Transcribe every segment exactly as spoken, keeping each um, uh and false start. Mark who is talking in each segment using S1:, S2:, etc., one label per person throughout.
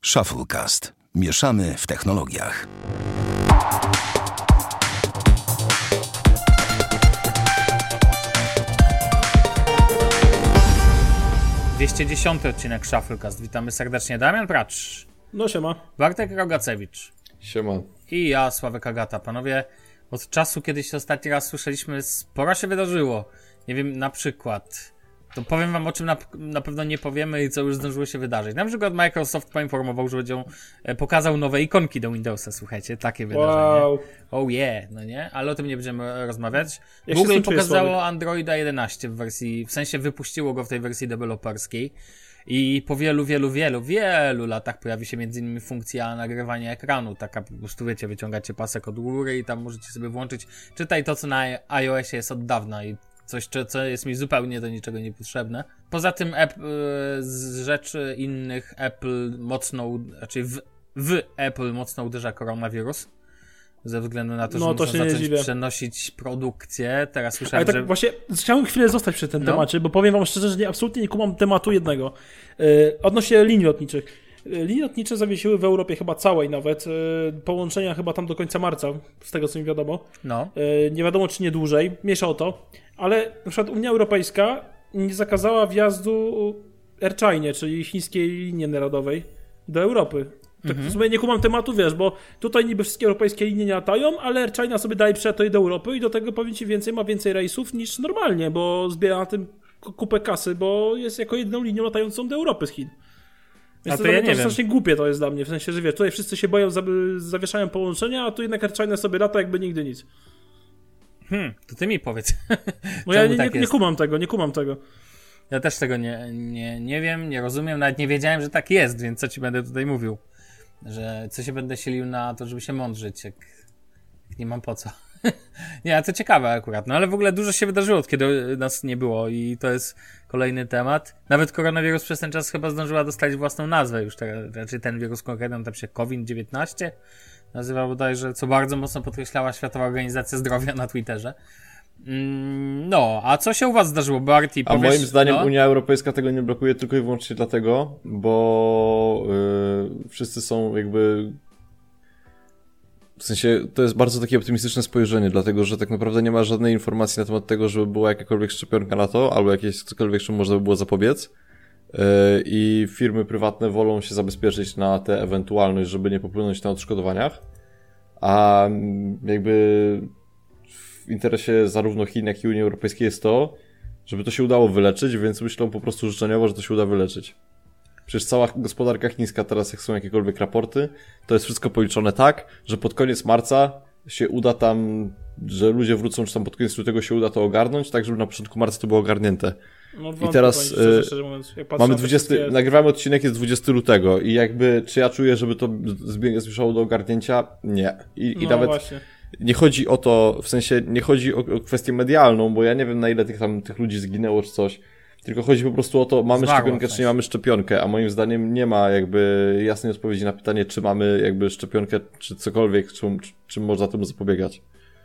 S1: Shufflecast. Mieszamy w technologiach.
S2: dwieście dziesiąty odcinek Shufflecast. Witamy serdecznie. Damian Pracz.
S3: No siema.
S2: Bartek Rogacewicz.
S4: Siema.
S2: I ja, Sławek Agata. Panowie, od czasu, kiedy się ostatni raz słyszeliśmy, sporo się wydarzyło. Nie wiem, na przykład... To powiem wam, o czym na, na pewno nie powiemy i co już zdążyło się wydarzyć. Na przykład Microsoft poinformował, że będzie e, pokazał nowe ikonki do Windowsa, słuchajcie, takie wydarzenie.
S3: Wow.
S2: Oh yeah, no nie? Ale o tym nie będziemy rozmawiać.
S3: Jak
S2: Google pokazało Androida jedenaście w wersji, w sensie wypuściło go w tej wersji deweloperskiej i po wielu, wielu, wielu, wielu latach pojawi się między innymi funkcja nagrywania ekranu. Taka po prostu, wiecie, wyciągacie pasek od góry i tam możecie sobie włączyć, czytaj to, co na iOSie jest od dawna i coś, co jest mi zupełnie do niczego niepotrzebne. Poza tym Apple, z rzeczy innych Apple mocno, znaczy w, w Apple mocno uderza koronawirus. Ze względu na to,
S3: no,
S2: że
S3: to
S2: muszą
S3: się
S2: zacząć przenosić produkcję. Teraz słyszałem,
S3: Ale tak
S2: że...
S3: właśnie chciałem chwilę zostać przy tym
S2: no.
S3: temacie, bo powiem wam szczerze, że nie, absolutnie nie kumam tematu jednego. Yy, odnośnie linii lotniczych. Yy, linie lotnicze zawiesiły w Europie chyba całej nawet. Yy, połączenia chyba tam do końca marca, z tego co mi wiadomo.
S2: No.
S3: Yy, nie wiadomo czy nie dłużej. Miesza o to. Ale na przykład Unia Europejska nie zakazała wjazdu Air China, czyli chińskiej linii narodowej, do Europy. Tak
S2: Mhm.
S3: w sumie nie kumam tematu, wiesz, bo tutaj niby wszystkie europejskie linie nie latają, ale Air China sobie daje przelot do Europy i do tego powiem ci więcej, ma więcej rejsów niż normalnie, bo zbiera na tym kupę kasy, bo jest jako jedyną linią latającą do Europy z Chin. Więc
S2: a to,
S3: to,
S2: ja
S3: to
S2: nie
S3: strasznie głupie to jest dla mnie, w sensie, że wiesz, tutaj wszyscy się boją, zawieszają połączenia, a tu jednak Air China sobie lata jakby nigdy nic.
S2: Hmm, to ty mi powiedz.
S3: No ja nie,
S2: tak
S3: nie, nie kumam tego, nie kumam tego.
S2: Ja też tego nie, nie, nie wiem, nie rozumiem, nawet nie wiedziałem, że tak jest, więc co ci będę tutaj mówił? Że co się będę silił na to, żeby się mądrzyć, jak, jak nie mam po co. Nie, a to ciekawe akurat, no ale w ogóle dużo się wydarzyło, od kiedy nas nie było i to jest kolejny temat. Nawet koronawirus przez ten czas chyba zdążyła dostać własną nazwę już, teraz, raczej ten wirus konkretny, tam się COVID dziewiętnaście nazywa bodajże, co bardzo mocno podkreślała Światowa Organizacja Zdrowia na Twitterze. No, a co się u was zdarzyło, Barty?
S4: A
S2: Powiesz,
S4: moim zdaniem
S2: no?
S4: Unia Europejska tego nie blokuje tylko i wyłącznie dlatego, bo yy, wszyscy są jakby... W sensie, to jest bardzo takie optymistyczne spojrzenie, dlatego, że tak naprawdę nie ma żadnej informacji na temat tego, żeby była jakakolwiek szczepionka na to, albo jakieś cokolwiek, czemu można by było zapobiec. Yy, I firmy prywatne wolą się zabezpieczyć na tę ewentualność, żeby nie popłynąć na odszkodowaniach. A jakby... w interesie zarówno Chin, jak i Unii Europejskiej jest to, żeby to się udało wyleczyć, więc myślą po prostu życzeniowo, że to się uda wyleczyć. Przecież cała gospodarka chińska teraz, jak są jakiekolwiek raporty, to jest wszystko policzone tak, że pod koniec marca się uda tam, że ludzie wrócą, czy tam pod koniec lutego się uda to ogarnąć, tak żeby na początku marca to było ogarnięte.
S3: No,
S4: I teraz
S3: szczerze, szczerze mówiąc,
S4: mamy dwudziestego, nagrywamy odcinek, jest dwudziestego lutego i jakby, czy ja czuję, żeby to zmierzało do ogarnięcia? Nie. I,
S3: no,
S4: i nawet...
S3: właśnie.
S4: Nie chodzi o to, w sensie nie chodzi o, o kwestię medialną, bo ja nie wiem na ile tych tam tych ludzi zginęło czy coś, tylko chodzi po prostu o to, mamy
S2: Zmarło,
S4: szczepionkę czy nie mamy szczepionkę, a moim zdaniem nie ma jakby jasnej odpowiedzi na pytanie, czy mamy jakby szczepionkę, czy cokolwiek, czym, czym można temu zapobiegać.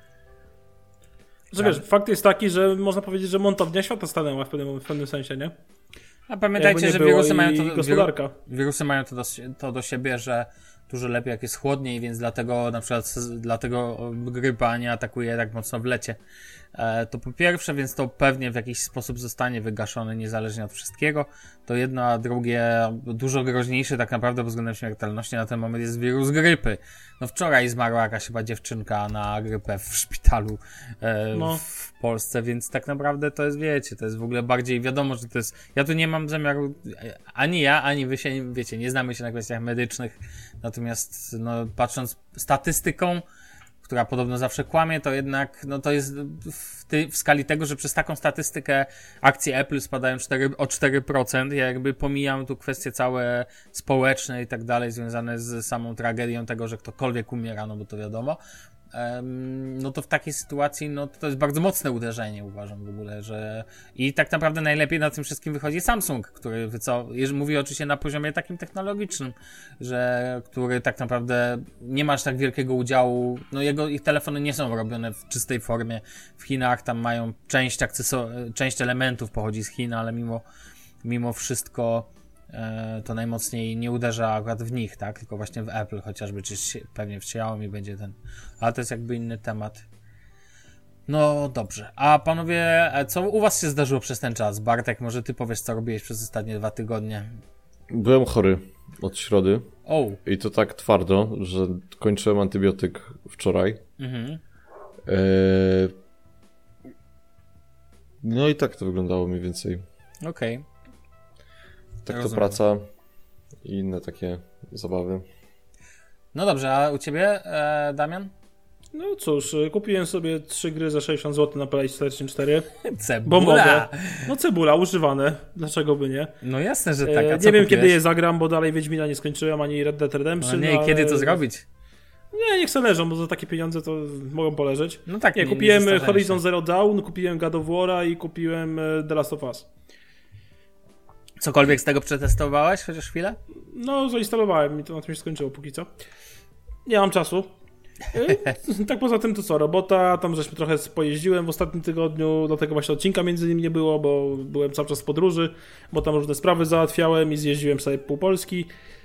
S3: Że wiesz, fakt jest taki, że można powiedzieć, że montownia świata stanęła w pewnym, w pewnym sensie, nie?
S2: A pamiętajcie, że
S3: było
S2: wirusy
S3: i
S2: mają, to,
S3: gospodarka.
S2: wirusy mają to do, to do siebie, że dużo lepiej jak jest chłodniej, więc dlatego na przykład dlatego grypa nie atakuje tak mocno w lecie. E, to po pierwsze, więc to pewnie w jakiś sposób zostanie wygaszone niezależnie od wszystkiego. To jedno, a drugie, dużo groźniejsze tak naprawdę pod względem śmiertelności na ten moment jest wirus grypy. No wczoraj zmarła jakaś chyba dziewczynka na grypę w szpitalu e,
S3: no.
S2: w Polsce, więc tak naprawdę to jest, wiecie, to jest w ogóle bardziej wiadomo, że to jest... Ja tu nie mam zamiaru, ani ja, ani wy się, wiecie, nie znamy się na kwestiach medycznych, natomiast no, patrząc statystyką, która podobno zawsze kłamie, to jednak no to jest w, ty, w skali tego, że przez taką statystykę akcje Apple spadają cztery, o cztery procent. Ja jakby pomijam tu kwestie całe społeczne i tak dalej, związane z samą tragedią tego, że ktokolwiek umiera, no bo to wiadomo. Um, no to w takiej sytuacji, no to, to jest bardzo mocne uderzenie, uważam w ogóle, że i tak naprawdę najlepiej na tym wszystkim wychodzi Samsung, który wyco... mówi oczywiście na poziomie takim technologicznym, że który tak naprawdę nie ma aż tak wielkiego udziału, no jego, ich telefony nie są robione w czystej formie w Chinach, tam mają część akcesor... część elementów pochodzi z Chin, ale mimo, mimo wszystko e, to najmocniej nie uderza akurat w nich, tak? Tylko właśnie w Apple chociażby, czy pewnie w Xiaomi będzie ten. Ale to jest jakby inny temat. No dobrze. A panowie, co u was się zdarzyło przez ten czas? Bartek, może ty powiesz, co robiłeś przez ostatnie dwa tygodnie?
S4: Byłem chory od środy.
S2: O.
S4: I to tak twardo, że kończyłem antybiotyk wczoraj. Mhm. E... No i tak to wyglądało mniej więcej.
S2: Okej. Okay.
S4: Tak to praca i inne takie zabawy.
S2: No dobrze, a u ciebie, e, Damian?
S3: No cóż, kupiłem sobie trzy gry za sześćdziesiąt złotych na PlayStation cztery.
S2: Cebula!
S3: Bo mogę. No cebula, używane. Dlaczego by nie?
S2: No jasne, że tak. A
S3: e,
S2: co
S3: nie wiem,
S2: kupiłeś?
S3: kiedy je zagram, bo dalej Wiedźmina nie skończyłem, ani Red Dead Redemption.
S2: No nie,
S3: ale...
S2: kiedy to zrobić?
S3: Nie, niech se leżą, bo za takie pieniądze to mogą poleżeć.
S2: No tak.
S3: Nie,
S2: nie
S3: kupiłem
S2: nie
S3: Horizon Zero Dawn, kupiłem God of War'a i kupiłem The Last of Us.
S2: Cokolwiek z tego przetestowałeś chociaż chwilę?
S3: No, zainstalowałem i to na tym się skończyło póki co. Nie mam czasu. Tak poza tym to co, robota, tam żeśmy trochę pojeździłem w ostatnim tygodniu, dlatego właśnie odcinka między innymi nie było, bo byłem cały czas w podróży, bo tam różne sprawy załatwiałem i zjeździłem sobie pół Polski.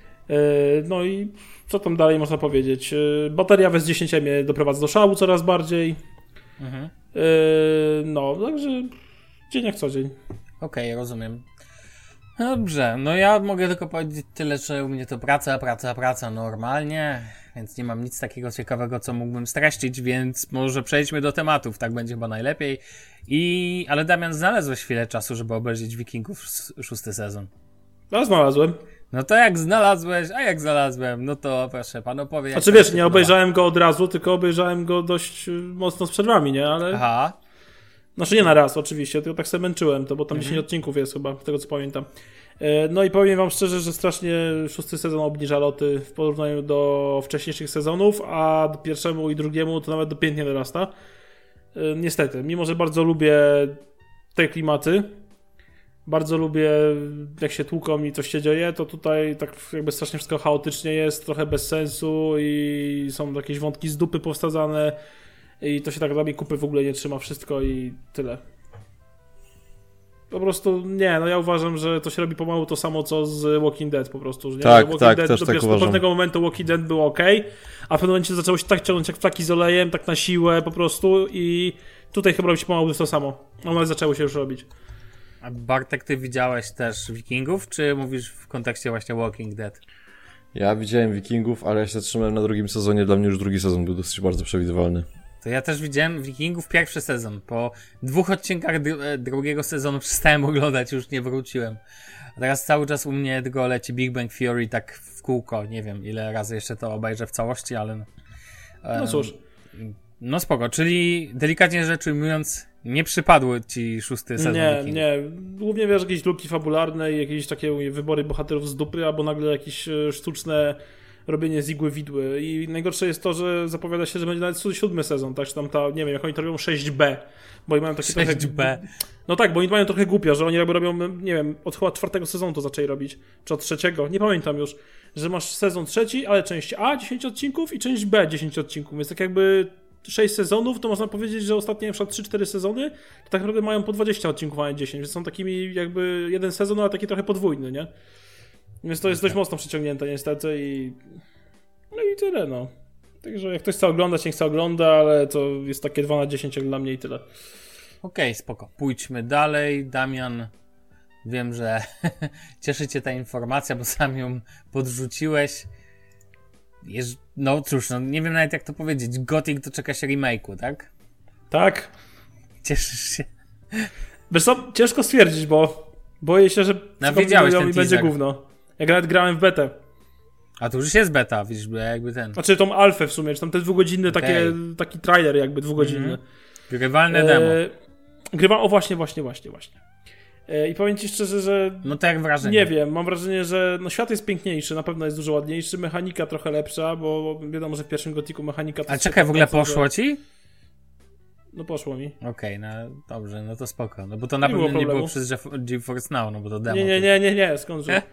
S3: No i co tam dalej można powiedzieć? Bateria w S dziesięć mnie doprowadza do szału coraz bardziej. Mhm. No, także dzień jak co dzień.
S2: Okej, okay, rozumiem. Dobrze, no ja mogę tylko powiedzieć tyle, że u mnie to praca, praca, praca normalnie, więc nie mam nic takiego ciekawego, co mógłbym streścić, więc może przejdźmy do tematów, tak będzie chyba najlepiej. I ale Damian, znalazłeś chwilę czasu, żeby obejrzeć Wikingów szósty sezon.
S3: No, znalazłem.
S2: No to jak znalazłeś, a jak znalazłem, no to proszę pan opowie.
S3: Znaczy wiesz, nie obejrzałem go od razu, tylko obejrzałem go dość mocno z przerwami, nie? Ale...
S2: Aha.
S3: Znaczy nie na raz oczywiście, tylko tak sobie męczyłem to, bo tam mhm. dziesięć odcinków jest chyba, z tego co pamiętam. No i powiem wam szczerze, że strasznie szósty sezon obniża loty w porównaniu do wcześniejszych sezonów, a do pierwszemu i drugiemu to nawet dopiętnie dorasta. Niestety, mimo że bardzo lubię te klimaty, bardzo lubię jak się tłuką i coś się dzieje, to tutaj tak jakby strasznie wszystko chaotycznie jest, trochę bez sensu i są jakieś wątki z dupy powsadzane i to się tak dla mnie kupy w ogóle nie trzyma wszystko i tyle. Po prostu nie, no ja uważam, że to się robi pomału to samo co z Walking Dead po prostu. Że nie?
S4: Tak,
S3: Walking
S4: tak,
S3: Dead,
S4: też
S3: do,
S4: tak
S3: wiesz,
S4: uważam.
S3: Do pewnego momentu Walking Dead było ok, a w pewnym momencie zaczęło się tak ciągnąć jak flaki z olejem, tak na siłę po prostu i tutaj chyba robi się pomału to samo. One zaczęło się już robić.
S2: A Bartek, ty widziałeś też Wikingów, czy mówisz w kontekście właśnie Walking Dead?
S4: Ja widziałem Wikingów, ale ja się zatrzymałem na drugim sezonie, dla mnie już drugi sezon był dosyć bardzo przewidywalny.
S2: To ja też widziałem Wikingów pierwszy sezon. Po dwóch odcinkach dru- drugiego sezonu przestałem oglądać, już nie wróciłem. A teraz cały czas u mnie tylko leci Big Bang Theory tak w kółko. Nie wiem, ile razy jeszcze to obejrzę w całości, ale... No,
S3: no cóż.
S2: No spoko, czyli delikatnie rzecz ujmując, nie przypadły ci szósty sezon
S3: Nie,
S2: Wikingów.
S3: nie. Głównie wiesz, jakieś luki fabularne i jakieś takie wybory bohaterów z dupy, albo nagle jakieś sztuczne robienie z igły widły. I najgorsze jest to, że zapowiada się, że będzie nawet siódmy sezon, tak? Czy tam ta, nie wiem, jak oni to robią sześć B. Bo oni mają takie
S2: sześć B.
S3: trochę... No tak, bo oni mają trochę głupio, że oni jakby robią, nie wiem, od chyba czwartego sezonu to zaczęli robić. Czy od trzeciego, nie pamiętam już. Że masz sezon trzeci, ale część A dziesięć odcinków i część B dziesięć odcinków. Więc tak jakby sześć sezonów, to można powiedzieć, że ostatnie na przykład trzy cztery sezony to tak naprawdę mają po dwadzieścia odcinków, a nie dziesięć. Więc są takimi jakby jeden sezon, ale taki trochę podwójny, nie? Więc to jest dość mocno przeciągnięte niestety i no i tyle, no. Także jak ktoś chce oglądać, nie chce ogląda, ale to jest takie dwa na dziesięć jak dla mnie i tyle.
S2: Okej, okay, spoko. Pójdźmy dalej. Damian, wiem, że cieszy cię ta informacja, bo sam ją podrzuciłeś. Jeż... No cóż, no nie wiem nawet jak to powiedzieć. Gothic doczeka się remake'u, tak?
S3: Tak.
S2: Cieszysz się?
S3: Wiesz co, ciężko stwierdzić, bo boję się, że
S2: no, wiedziałeś ten
S3: i będzie gówno. Jak nawet grałem w betę.
S2: A to już jest beta, widzisz, jakby ten.
S3: Znaczy tą alfę w sumie, czy tam te dwugodzinny okay. takie, taki trailer jakby dwugodzinny.
S2: Mm-hmm. Grywalne e... demo.
S3: Grywa, o właśnie, właśnie, właśnie, właśnie. E... I powiem ci szczerze, że...
S2: No to jak wrażenie?
S3: Nie wiem, mam wrażenie, że no, świat jest piękniejszy, na pewno jest dużo ładniejszy, mechanika trochę lepsza, bo wiadomo, że w pierwszym Gothicu mechanika...
S2: A czekaj, w ogóle poszło
S3: że...
S2: ci?
S3: No poszło mi.
S2: Okej, okay, no dobrze, no to spoko. No bo to na pewno nie było przez GeForce Now, no bo to demo.
S3: Nie, nie, nie, nie, nie, skądże.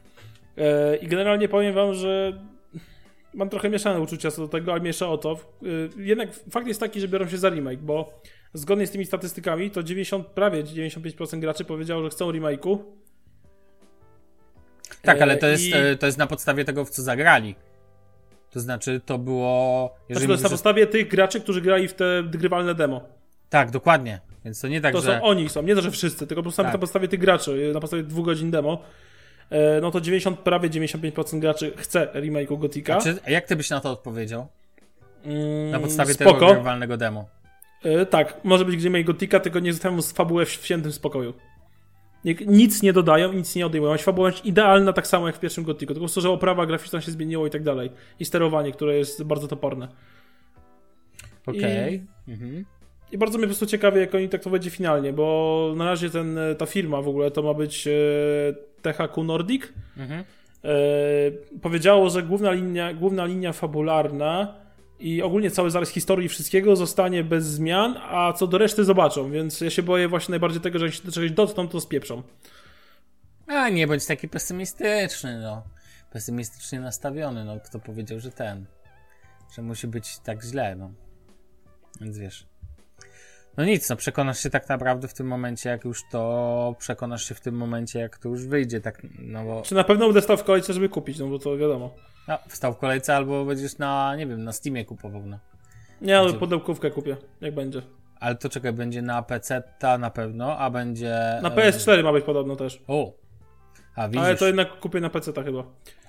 S3: E... I generalnie powiem wam, że mam trochę mieszane uczucia co do tego, ale miesza o to. Jednak fakt jest taki, że biorą się za remake, bo zgodnie z tymi statystykami to dziewięćdziesiąt, prawie dziewięćdziesiąt pięć procent graczy powiedziało, że chcą remake'u.
S2: Tak, ale to jest,
S3: I...
S2: to jest na podstawie tego, w co zagrali. To znaczy, to było...
S3: Znaczy, to jest na podstawie tych graczy, którzy grali w te grywalne demo.
S2: Tak, dokładnie. Więc to nie tak,
S3: to
S2: że...
S3: są oni są, nie to, że wszyscy, tylko po prostu tak. na podstawie tych graczy, na podstawie dwóch godzin demo. No to dziewięćdziesiąt, prawie dziewięćdziesiąt pięć procent graczy chce remake'u Gothica.
S2: A, czy, a jak ty byś na to odpowiedział?
S3: Mm,
S2: na podstawie
S3: spoko.
S2: tego grywalnego demo.
S3: Yy, tak, może być remake Gothica, tylko nie zostawiam z fabułę w świętym spokoju. Nic nie dodają, nic nie odejmują. Fabuła jest idealna, tak samo jak w pierwszym Gothicu, tylko po prostu, że oprawa graficzna się zmieniło i tak dalej. I sterowanie, które jest bardzo toporne.
S2: Okej. Okay.
S3: I...
S2: Mhm.
S3: I bardzo mnie po prostu ciekawie, jak oni tak to będzie finalnie, bo na razie ten, ta firma w ogóle to ma być e, T H Q Nordic. Mhm. E, powiedziało, że główna linia, główna linia fabularna i ogólnie cały zarys historii wszystkiego zostanie bez zmian, a co do reszty zobaczą, więc ja się boję właśnie najbardziej tego, że jeśli do czegoś dotkną, to spieprzą.
S2: A nie bądź taki pesymistyczny, no. Pesymistycznie nastawiony, no. Kto powiedział, że ten, że musi być tak źle, no. Więc wiesz. No nic, no przekonasz się tak naprawdę w tym momencie, jak już to przekonasz się w tym momencie, jak to już wyjdzie, tak, no bo...
S3: Czy na pewno będę stał w kolejce, żeby kupić, no bo to wiadomo.
S2: No, wstał w kolejce albo będziesz na, nie wiem, na Steamie kupował, no.
S3: Nie, ale pudełkówkę kupię, jak będzie.
S2: Ale to czekaj, będzie na P C ta na pewno, a będzie...
S3: Na P S cztery ma być podobno też.
S2: O! A widzisz.
S3: Ale to jednak kupię na P C ta chyba.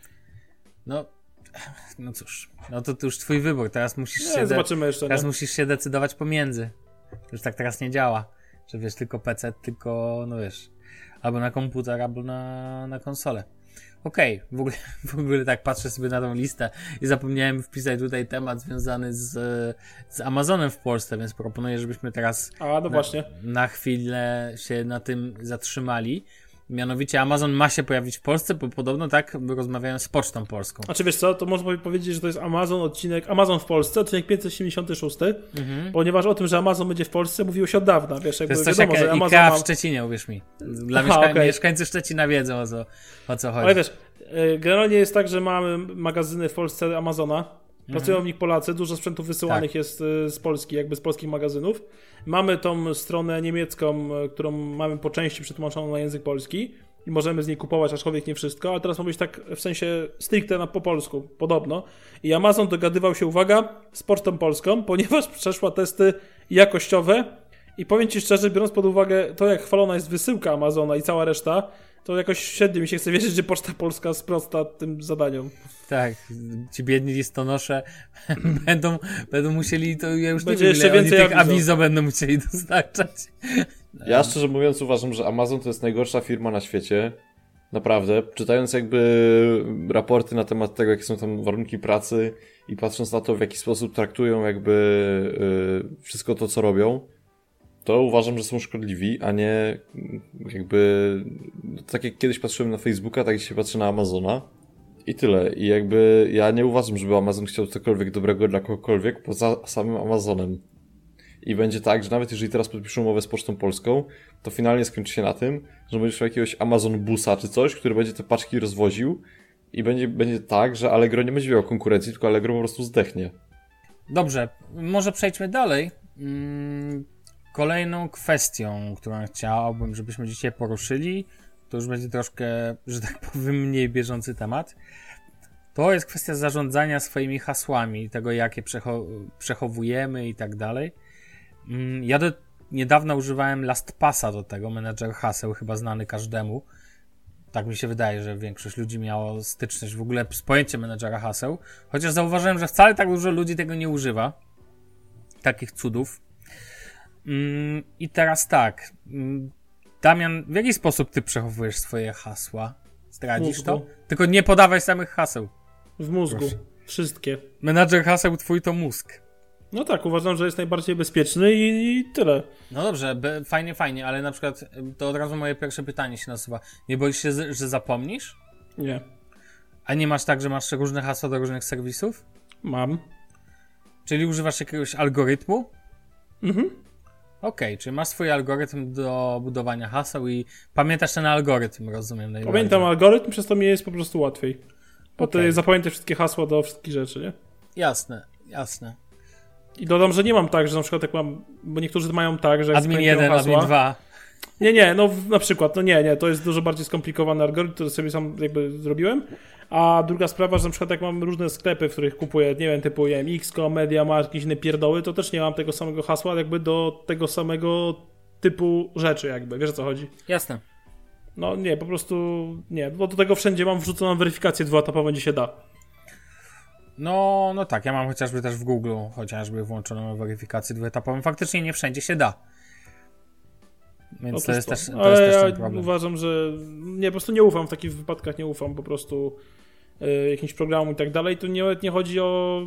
S2: No, no cóż, no to, to już twój wybór, teraz musisz
S3: nie,
S2: się... De-
S3: zobaczymy jeszcze,
S2: Teraz
S3: nie?
S2: musisz się decydować pomiędzy. Już tak teraz nie działa, że wiesz, tylko P C, tylko, no wiesz, albo na komputer, albo na, na konsolę. Okej, okay, w ogóle, w ogóle tak patrzę sobie na tą listę i zapomniałem wpisać tutaj temat związany z, z Amazonem w Polsce, więc proponuję, żebyśmy teraz
S3: A, no
S2: na,
S3: właśnie.
S2: na chwilę się na tym zatrzymali. Mianowicie Amazon ma się pojawić w Polsce, bo podobno tak rozmawiają z Pocztą Polską.
S3: A czy wiesz co, to można powiedzieć, że to jest Amazon, odcinek Amazon w Polsce, odcinek pięćset siedemdziesiąty szósty, mhm. ponieważ o tym, że Amazon będzie w Polsce mówiło się od dawna, wiesz, jakby
S2: to jest
S3: wiadomo,
S2: coś jak
S3: że Amazon
S2: IKEA
S3: ma...
S2: w Szczecinie, uwierz mi. Dla
S3: Aha,
S2: mieszka-
S3: okay.
S2: mieszkańcy Szczecina wiedzą, o co, o co chodzi.
S3: Ale wiesz, generalnie jest tak, że mamy magazyny w Polsce Amazona, pracują mhm. w nich Polacy, dużo sprzętów wysyłanych tak. jest z Polski, jakby z polskich magazynów. Mamy tą stronę niemiecką, którą mamy po części przetłumaczoną na język polski i możemy z niej kupować, aczkolwiek nie wszystko, a teraz ma być tak w sensie stricte na, po polsku, podobno. I Amazon dogadywał się, uwaga, z Pocztą Polską, ponieważ przeszła testy jakościowe i powiem Ci szczerze, biorąc pod uwagę to, jak chwalona jest wysyłka Amazona i cała reszta, to jakoś średnio mi się chce wierzyć, że Poczta Polska sprosta tym zadaniom.
S2: Tak, ci biedni listonosze będą, będą musieli, to ja już
S3: Będzie
S2: nie wiem,
S3: jeszcze
S2: ile
S3: więcej
S2: oni tych
S3: awizo.
S2: awizo będą musieli dostarczać.
S4: Ja szczerze mówiąc uważam, że Amazon to jest najgorsza firma na świecie. Naprawdę. Czytając jakby raporty na temat tego, jakie są tam warunki pracy i patrząc na to, w jaki sposób traktują jakby yy, wszystko to, co robią, to uważam, że są szkodliwi, a nie jakby... Tak jak kiedyś patrzyłem na Facebooka, tak dzisiaj patrzę na Amazona i tyle. I jakby ja nie uważam, żeby Amazon chciał cokolwiek dobrego dla kogokolwiek poza samym Amazonem. I będzie tak, że nawet jeżeli teraz podpiszą umowę z Pocztą Polską, to finalnie skończy się na tym, że będziesz miał jakiegoś Amazon busa czy coś, który będzie te paczki rozwoził i będzie, będzie tak, że Allegro nie będzie miał konkurencji, tylko Allegro po prostu zdechnie.
S2: Dobrze, może przejdźmy dalej. Hmm. Kolejną kwestią, którą chciałbym, żebyśmy dzisiaj poruszyli, to już będzie troszkę, że tak powiem, mniej bieżący temat. To jest kwestia zarządzania swoimi hasłami, tego jakie przecho- przechowujemy i tak dalej. Ja do niedawna używałem LastPassa do tego, menedżer haseł, chyba znany każdemu. Tak mi się wydaje, że większość ludzi miało styczność w ogóle z pojęciem menedżera haseł. Chociaż zauważyłem, że wcale tak dużo ludzi tego nie używa. Takich cudów. I teraz tak, Damian, w jaki sposób ty przechowujesz swoje hasła? Zdradzisz to? Tylko nie podawaj samych haseł.
S3: W mózgu.
S2: Proszę.
S3: Wszystkie.
S2: Menadżer haseł twój to mózg.
S3: No tak, uważam, że jest najbardziej bezpieczny i, i tyle.
S2: No dobrze, be, fajnie, fajnie, ale na przykład to od razu moje pierwsze pytanie się nasuwa. Nie boisz się, że zapomnisz?
S3: Nie.
S2: A nie masz tak, że masz różne hasła do różnych serwisów?
S3: Mam.
S2: Czyli używasz jakiegoś algorytmu?
S3: Mhm.
S2: Okej, okay, czyli masz swój algorytm do budowania haseł i pamiętasz ten algorytm, rozumiem najbardziej.
S3: Pamiętam algorytm, przez to mi jest po prostu łatwiej. Bo
S2: okay.
S3: ty zapamiętasz wszystkie hasła do wszystkich rzeczy, nie?
S2: Jasne, jasne.
S3: I dodam, że nie mam tak, że na przykład jak mam, bo niektórzy mają tak, że jak
S2: admin jeden,
S3: hasła,
S2: admin dwa.
S3: Nie, nie, no na przykład, no nie, nie, to jest dużo bardziej skomplikowany algorytm, który sobie sam jakby zrobiłem. A druga sprawa, że na przykład jak mam różne sklepy, w których kupuję, nie wiem, typu nie wiem, X-ko, MediaMarkt, jakieś inne pierdoły, to też nie mam tego samego hasła jakby do tego samego typu rzeczy jakby, wiesz o co chodzi?
S2: Jasne.
S3: No nie, po prostu nie, bo do tego wszędzie mam wrzuconą weryfikację dwuetapową, gdzie się da.
S2: No, no tak, ja mam chociażby też w Google chociażby włączoną weryfikację dwuetapową. Faktycznie nie wszędzie się da. Więc
S3: No
S2: to, jest też, to
S3: Ale
S2: jest też
S3: ja
S2: ten problem.
S3: uważam, że nie, po prostu nie ufam w takich wypadkach, nie ufam po prostu y, jakimś programom i tak dalej. Tu nie, nie chodzi o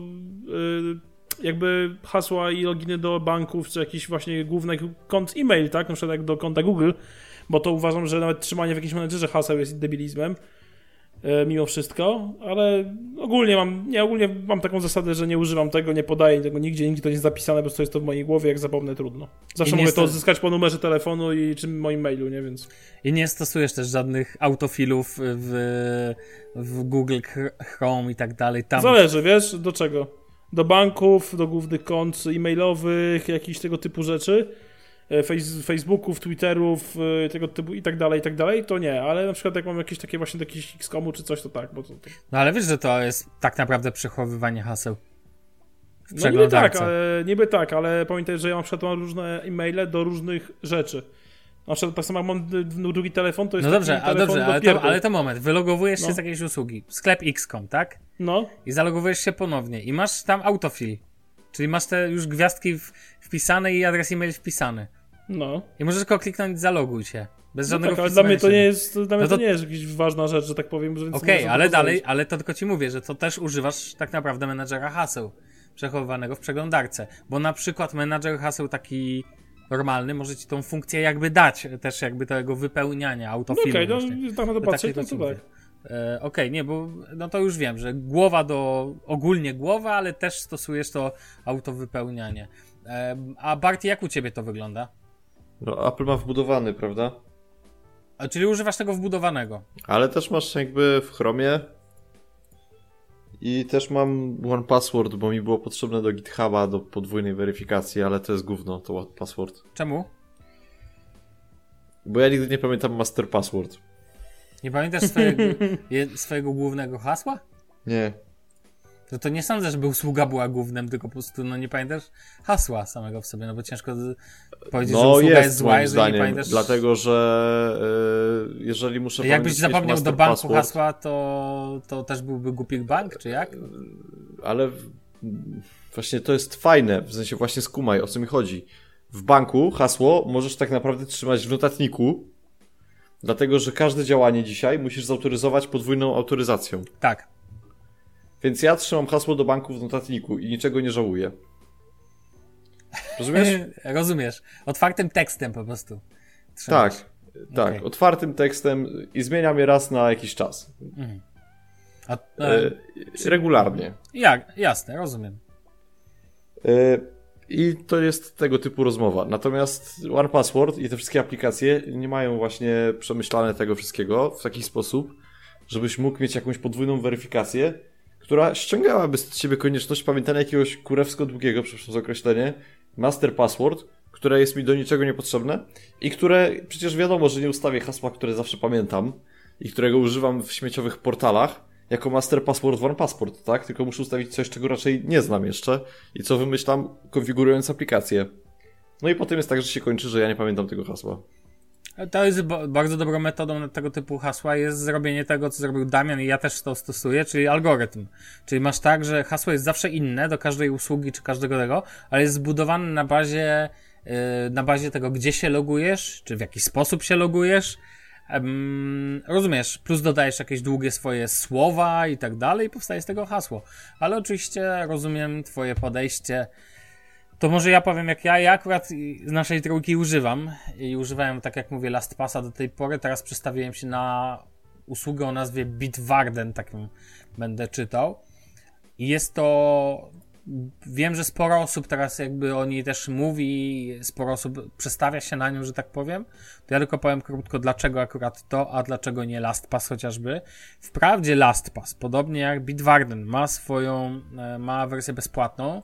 S3: y, jakby hasła i loginy do banków, czy jakichś właśnie głównych kont e-mail, tak? Na przykład jak do konta Google, bo to uważam, że nawet trzymanie w jakimś menedżerze haseł jest debilizmem. Mimo wszystko, ale ogólnie mam, nie, ogólnie mam taką zasadę, że nie używam tego, nie podaję tego nigdzie, nigdzie to nie jest zapisane, bo to jest to w mojej głowie, jak zapomnę, trudno. Zawsze mogę to odzyskać po numerze telefonu i czy moim mailu, nie, więc...
S2: I nie stosujesz też żadnych autofilów w, w Google Chrome i tak dalej. Tam...
S3: Zależy, wiesz, do czego? Do banków, do głównych kont e-mailowych, jakichś tego typu rzeczy. Facebooków, Twitterów, tego typu i tak dalej, i tak dalej, to nie, ale na przykład jak mam jakieś takie właśnie jakieś X-komu czy coś, to tak, bo to, to...
S2: No ale wiesz, że to jest tak naprawdę przechowywanie haseł w
S3: No niby tak, ale, niby tak, ale pamiętaj, że ja na przykład mam różne e-maile do różnych rzeczy. Na przykład tak samo jak mam drugi telefon, to jest
S2: no dobrze,
S3: telefon
S2: dobrze,
S3: do
S2: ale to, ale to moment, wylogowujesz
S3: no.
S2: się z jakiejś usługi, sklep X kropka com, tak?
S3: No.
S2: I zalogowujesz się ponownie i masz tam autofill, czyli masz te już gwiazdki w, wpisane i adres e-mail wpisany.
S3: No.
S2: I możesz tylko kliknąć zaloguj się. Bez
S3: no
S2: żadnego
S3: tak, ale dla mnie to
S2: się.
S3: nie jest, dla mnie
S2: no to...
S3: to nie jest jakaś ważna rzecz, że tak powiem.
S2: Okej, okay, ale dalej, ale to tylko ci mówię, że to też używasz tak naprawdę menadżera haseł przechowywanego w przeglądarce. Bo na przykład menadżer haseł taki normalny może ci tą funkcję jakby dać, też jakby tego wypełniania autofilu.
S3: No okej, okay, no tak na to patrzę, to, to tak.
S2: E, Okej, okay, nie, bo no to już wiem, że głowa do, ogólnie głowa, ale też stosujesz to autowypełnianie. E, a Barty, jak u ciebie to wygląda?
S4: No, Apple ma wbudowany, prawda?
S2: A, czyli używasz tego wbudowanego.
S4: Ale też masz jakby w Chromie i też mam One Password, bo mi było potrzebne do GitHuba do podwójnej weryfikacji, ale to jest gówno, to One Password.
S2: Czemu?
S4: Bo ja nigdy nie pamiętam Master Password.
S2: Nie pamiętasz swojego, je, swojego głównego hasła?
S4: Nie.
S2: To, to nie sądzę, żeby usługa była głównym, tylko po prostu no nie pamiętasz hasła samego w sobie, no bo ciężko powiedzieć,
S4: no
S2: że usługa
S4: jest,
S2: jest zła, jeżeli
S4: zdaniem,
S2: nie pamiętasz...
S4: dlatego, że yy, jeżeli muszę
S2: jakbyś zapomniał do banku
S4: password,
S2: hasła, to, to też byłby głupi bank, czy jak?
S4: Ale właśnie to jest fajne, w sensie właśnie skumaj, o co mi chodzi. W banku hasło możesz tak naprawdę trzymać w notatniku, dlatego, że każde działanie dzisiaj musisz zautoryzować podwójną autoryzacją.
S2: Tak.
S4: Więc ja trzymam hasło do banku w notatniku i niczego nie żałuję. Rozumiesz?
S2: Rozumiesz. Otwartym tekstem po prostu.
S4: Trzymasz. Tak, tak.
S2: Okay.
S4: Otwartym tekstem i zmieniam je raz na jakiś czas.
S2: Mhm. A,
S4: e, regularnie.
S2: Jak? Jasne, rozumiem.
S4: E, I to jest tego typu rozmowa. Natomiast One Password i te wszystkie aplikacje nie mają właśnie przemyślane tego wszystkiego w taki sposób, żebyś mógł mieć jakąś podwójną weryfikację, która ściągałaby z ciebie konieczność pamiętania jakiegoś kurewsko długiego, przepraszam za określenie, master password, które jest mi do niczego niepotrzebne i które przecież wiadomo, że nie ustawię hasła, które zawsze pamiętam i którego używam w śmieciowych portalach jako master password w One Password, tak? Tylko muszę ustawić coś, czego raczej nie znam jeszcze i co wymyślam, konfigurując aplikację. No i potem jest tak, że się kończy, że ja nie pamiętam tego hasła.
S2: To jest b- bardzo dobrą metodą na tego typu hasła jest zrobienie tego, co zrobił Damian i ja też to stosuję, czyli algorytm. Czyli masz tak, że hasło jest zawsze inne do każdej usługi czy każdego tego, ale jest zbudowane na bazie, yy, na bazie tego, gdzie się logujesz, czy w jaki sposób się logujesz. Um, rozumiesz, plus dodajesz jakieś długie swoje słowa i tak dalej i powstaje z tego hasło. Ale oczywiście rozumiem twoje podejście. To może ja powiem jak ja, ja akurat z naszej trójki używam i używałem, tak jak mówię, LastPassa do tej pory, teraz przestawiłem się na usługę o nazwie Bitwarden, taką będę czytał i jest to, wiem, że sporo osób teraz jakby o niej też mówi, sporo osób przestawia się na nią, że tak powiem, to ja tylko powiem krótko, dlaczego akurat to, a dlaczego nie LastPass chociażby. Wprawdzie LastPass, podobnie jak Bitwarden, ma swoją, ma wersję bezpłatną,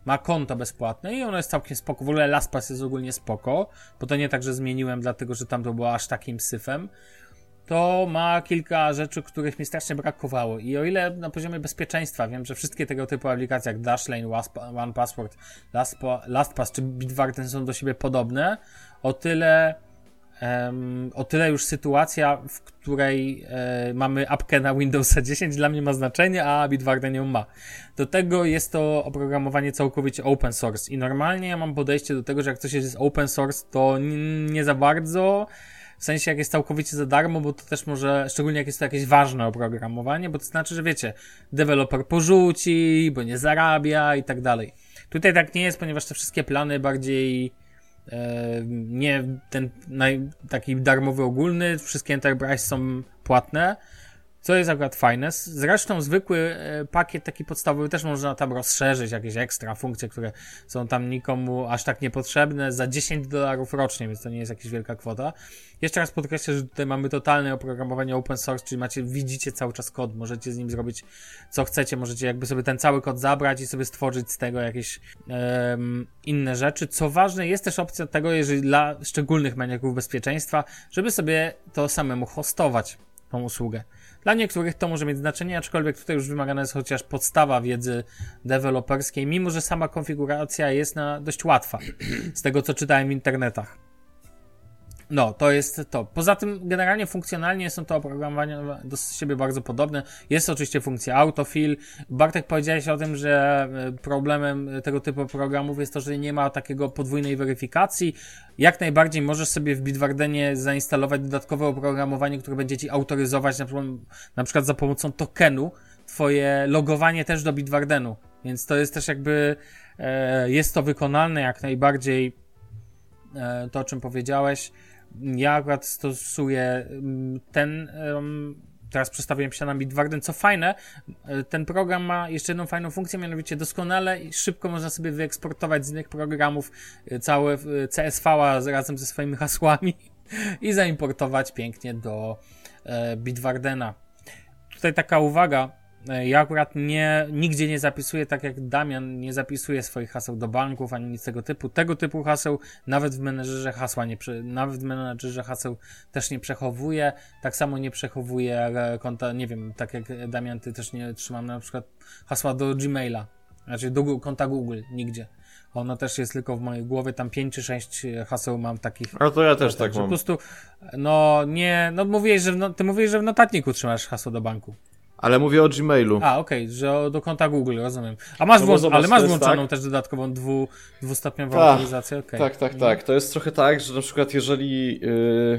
S2: ma konto bezpłatne i ono jest całkiem spoko. W ogóle LastPass jest ogólnie spoko, bo to nie tak, że zmieniłem dlatego, że tam to było aż takim syfem. To ma kilka rzeczy, których mi strasznie brakowało. I o ile na poziomie bezpieczeństwa wiem, że wszystkie tego typu aplikacje jak Dashlane, one password, LastPass czy Bitwarden są do siebie podobne, o tyle um, o tyle już sytuacja, w której e, mamy apkę na Windowsa dziesięć dla mnie ma znaczenie, a Bitwarden ją ma. Do tego jest to oprogramowanie całkowicie open source i normalnie ja mam podejście do tego, że jak coś jest open source, to n- nie za bardzo. W sensie, jak jest całkowicie za darmo, bo to też może, szczególnie jak jest to jakieś ważne oprogramowanie, bo to znaczy, że wiecie, deweloper porzuci, bo nie zarabia i tak dalej. Tutaj tak nie jest, ponieważ te wszystkie plany bardziej e, nie ten naj, taki darmowy ogólny, wszystkie Enterprise są płatne, co jest akurat fajne. Zresztą zwykły pakiet taki podstawowy też można tam rozszerzyć, jakieś ekstra funkcje, które są tam nikomu aż tak niepotrzebne za dziesięć dolarów rocznie, więc to nie jest jakaś wielka kwota. Jeszcze raz podkreślę, że tutaj mamy totalne oprogramowanie open source, czyli macie, widzicie cały czas kod, możecie z nim zrobić co chcecie, możecie jakby sobie ten cały kod zabrać i sobie stworzyć z tego jakieś um, inne rzeczy. Co ważne, jest też opcja tego, jeżeli dla szczególnych maniaków bezpieczeństwa, żeby sobie to samemu hostować, tą usługę. Dla niektórych to może mieć znaczenie, aczkolwiek tutaj już wymagana jest chociaż podstawa wiedzy deweloperskiej, mimo że sama konfiguracja jest na dość łatwa, z tego co czytałem w internetach. No, to jest to. Poza tym generalnie funkcjonalnie są to oprogramowania do siebie bardzo podobne. Jest oczywiście funkcja autofill. Bartek, powiedziałeś o tym, że problemem tego typu programów jest to, że nie ma takiego podwójnej weryfikacji. Jak najbardziej możesz sobie w Bitwardenie zainstalować dodatkowe oprogramowanie, które będzie ci autoryzować na przykład, na przykład za pomocą tokenu twoje logowanie też do Bitwardenu. Więc to jest też jakby e, jest to wykonalne jak najbardziej e, to, o czym powiedziałeś. Ja akurat stosuję ten, um, teraz przestawiłem się na Bitwarden, co fajne, ten program ma jeszcze jedną fajną funkcję, mianowicie doskonale i szybko można sobie wyeksportować z innych programów całe C S V-a razem ze swoimi hasłami i zaimportować pięknie do e, Bitwardena. Tutaj taka uwaga, ja akurat nie, nigdzie nie zapisuję, tak jak Damian nie zapisuje swoich haseł do banków, ani nic tego typu. Tego typu haseł nawet w menedżerze hasła nie, nawet w menedżerze haseł też nie przechowuję. Tak samo nie przechowuję konta, nie wiem, tak jak Damian, ty też nie trzymam na przykład hasła do Gmaila, znaczy do konta Google, nigdzie. Ono też jest tylko w mojej głowie, tam pięć czy sześć haseł mam takich.
S4: A to ja też tak,
S2: tak
S4: mam.
S2: Po prostu, no nie, no mówiłeś, że w, no, ty mówiłeś, że w notatniku trzymasz hasło do banku.
S4: Ale mówię o Gmailu.
S2: A, okej, okay, że do konta Google, rozumiem. A masz, no włą- zobacz, ale masz włączoną tak? też dodatkową dwu, dwustopniową
S4: Ta,
S2: autoryzację, okej. Okay.
S4: Tak, tak, tak. To jest trochę tak, że na przykład jeżeli... Yy...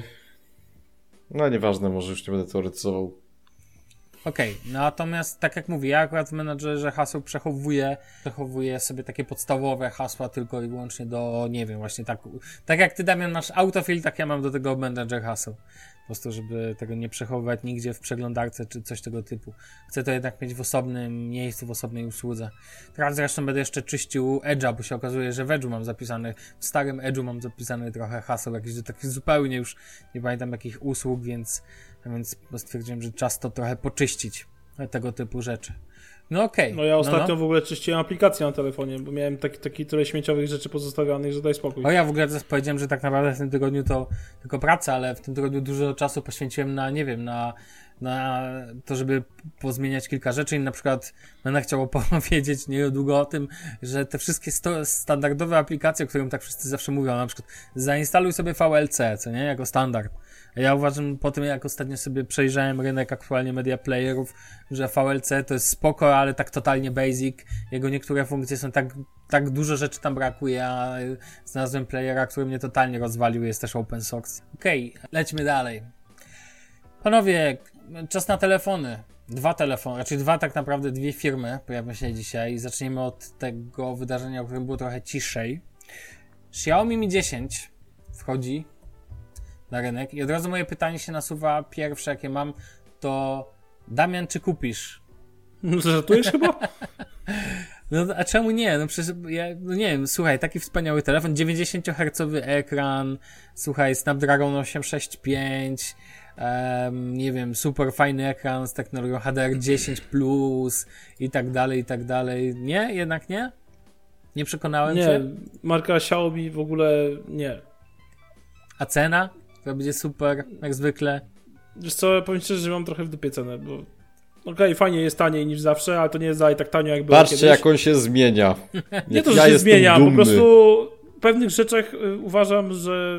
S4: No nieważne, może już nie będę teoretyzował.
S2: Okej, okay. Natomiast tak jak mówię, ja akurat w menadżerze haseł przechowuję, przechowuję sobie takie podstawowe hasła tylko i wyłącznie do, nie wiem, właśnie tak, tak jak ty, Damian, masz autofill, tak ja mam do tego menadżer haseł. Po prostu, żeby tego nie przechowywać nigdzie w przeglądarce czy coś tego typu. Chcę to jednak mieć w osobnym miejscu, w osobnej usłudze. Teraz zresztą będę jeszcze czyścił Edge'a, bo się okazuje, że w Edge'u mam zapisany, w starym Edge'u mam zapisany trochę haseł, jakichś do takich zupełnie już nie pamiętam jakich usług, więc, więc stwierdziłem, że czas to trochę poczyścić, tego typu rzeczy. No okej. Okay.
S3: No ja ostatnio
S2: no, no.
S3: w ogóle czyściłem aplikację na telefonie, bo miałem taki, taki tyle śmieciowych rzeczy pozostawionych, że daj spokój.
S2: O ja w ogóle teraz powiedziałem, że tak naprawdę w tym tygodniu to tylko praca, ale w tym tygodniu dużo czasu poświęciłem na, nie wiem, na, na to, żeby pozmieniać kilka rzeczy i na przykład będę chciał powiedzieć niedługo o tym, że te wszystkie sto- standardowe aplikacje, o którym tak wszyscy zawsze mówią, na przykład zainstaluj sobie V L C, co nie, jako standard. Ja uważam, po tym jak ostatnio sobie przejrzałem rynek aktualnie media playerów, że V L C to jest spoko, ale tak totalnie basic. Jego niektóre funkcje są tak, tak dużo rzeczy tam brakuje, a znalazłem playera, który mnie totalnie rozwalił, jest też open source. Okej, okay, lećmy dalej. Panowie, czas na telefony. Dwa telefony, raczej dwa tak naprawdę, dwie firmy pojawią się dzisiaj. Zaczniemy od tego wydarzenia, o którym było trochę ciszej. Xiaomi Mi dziesięć wchodzi na rynek i od razu moje pytanie się nasuwa, pierwsze jakie mam, to Damian, czy kupisz?
S3: No żartujesz chyba?
S2: No a czemu nie? No przecież ja, no nie wiem, słuchaj, taki wspaniały telefon, dziewięćdziesięciohercowy ekran, słuchaj, Snapdragon osiemset sześćdziesiąt pięć, um, nie wiem, super fajny ekran z technologią H D R dziesięć plus i tak dalej, i tak dalej. Nie? Jednak nie? Nie przekonałem
S3: Nie,
S2: cię?
S3: marka Xiaomi w ogóle nie.
S2: A cena? To będzie super, jak zwykle.
S3: Wiesz co, powiem szczerze, że mam trochę w dupie cenę, bo okej, okay, fajnie jest taniej niż zawsze, ale to nie jest dalej tak tanio, jak było
S4: Patrzcie,
S3: kiedyś.
S4: jak on się zmienia.
S3: Nie to, że
S4: ja
S3: się zmienia,
S4: dumny.
S3: po prostu w pewnych rzeczach y, uważam, że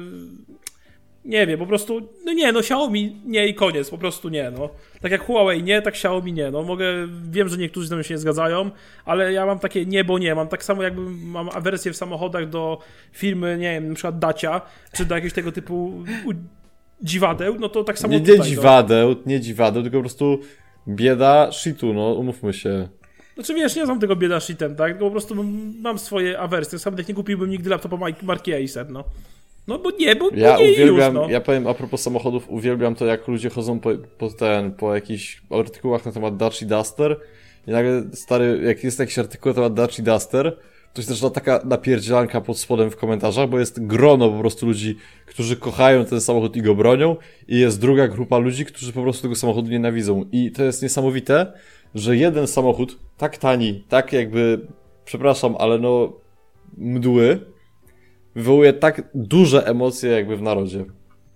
S3: nie wiem, po prostu, no nie, no Xiaomi nie i koniec, po prostu nie, no. Tak jak Huawei nie, tak Xiaomi nie, no mogę, wiem, że niektórzy ze mną się nie zgadzają, ale ja mam takie nie, bo nie, mam tak samo jakby mam awersję w samochodach do firmy, nie wiem, na przykład Dacia, czy do jakiegoś tego typu u, dziwadeł, no to tak samo
S4: Nie,
S3: tutaj.
S4: nie dziwadeł, nie dziwadeł, tylko po prostu bieda shitu, no umówmy się.
S3: Znaczy wiesz, nie znam tego bieda shitem, tak, tylko po prostu mam swoje awersje, sam tak nie kupiłbym nigdy laptopa marki Acer, no. No bo nie, bo,
S4: Ja
S3: bo nie
S4: uwielbiam,
S3: już, no.
S4: ja powiem a propos samochodów, uwielbiam to, jak ludzie chodzą po, po ten, po jakichś artykułach na temat Dacia Duster i nagle, stary, jak jest jakiś artykuł na temat Dacia Duster, to jest też taka napierdzielanka pod spodem w komentarzach, bo jest grono po prostu ludzi, którzy kochają ten samochód i go bronią, i jest druga grupa ludzi, którzy po prostu tego samochodu nienawidzą. I to jest niesamowite, że jeden samochód, tak tani, tak jakby, przepraszam, ale no, mdły, wywołuje tak duże emocje jakby w narodzie.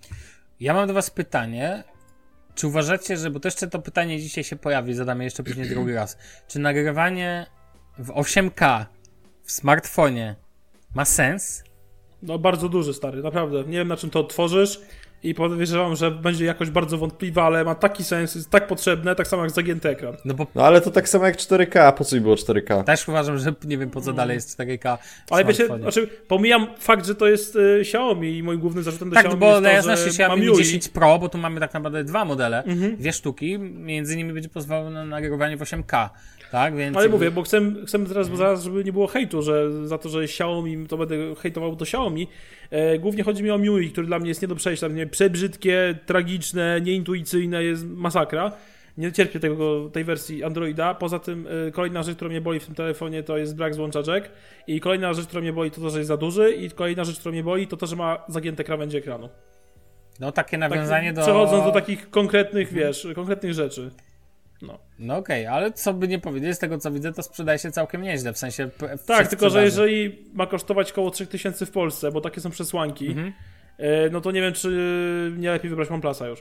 S2: Ja mam do was pytanie. Czy uważacie, że, bo to jeszcze to pytanie dzisiaj się pojawi, zadamy jeszcze później drugi raz. Czy nagrywanie w osiem K w smartfonie ma sens?
S3: No bardzo duży, stary, naprawdę. Nie wiem, na czym to odtworzysz i podejrzewam, że będzie jakoś bardzo wątpliwa, ale ma taki sens, jest tak potrzebne, tak samo jak zagięty ekran.
S2: No bo
S4: No ale to tak samo jak cztery K, po co by było cztery K?
S2: też uważam, że nie wiem po co dalej jest cztery K w
S3: Ale wiecie,
S2: smartfonie.
S3: znaczy, pomijam fakt, że to jest y, Xiaomi i moim głównym zarzutem do
S2: Tak,
S3: Xiaomi
S2: bo
S3: jest
S2: na
S3: to,
S2: jasności
S3: że
S2: Xiaomi
S3: mam
S2: Mi
S3: Yui.
S2: dziesięć Pro, bo tu mamy tak naprawdę dwa modele,
S3: Mhm.
S2: dwie sztuki, między innymi będzie pozwolone na nagrywanie w osiem K, tak? Więc
S3: Ale mówię, bo chcę, chcę teraz, bo zaraz, żeby nie było hejtu, że za to, że Xiaomi, to będę hejtował to Xiaomi. E, głównie chodzi mi o MIUI, który dla mnie jest nie do przejścia, nie, przebrzydkie, tragiczne, nieintuicyjne, jest masakra. Nie cierpię tego, tej wersji Androida. Poza tym y, kolejna rzecz, która mnie boli w tym telefonie, to jest brak złącza jack. I kolejna rzecz, która mnie boli, to to, że jest za duży. I kolejna rzecz, która mnie boli, to to, że ma zagięte krawędzie ekranu.
S2: no takie
S3: Tak,
S2: nawiązanie do...
S3: przechodząc do takich konkretnych, wiesz, konkretnych rzeczy. No.
S2: No okej, okay, ale co by nie powiedzieć, z tego co widzę, to sprzedaje się całkiem nieźle, w sensie... W
S3: Tak, tylko że
S2: sprzedaży.
S3: jeżeli ma kosztować około trzy tysiące w Polsce, bo takie są przesłanki,
S2: Mhm.
S3: y, no to nie wiem, czy nie lepiej wybrać OnePlusa już.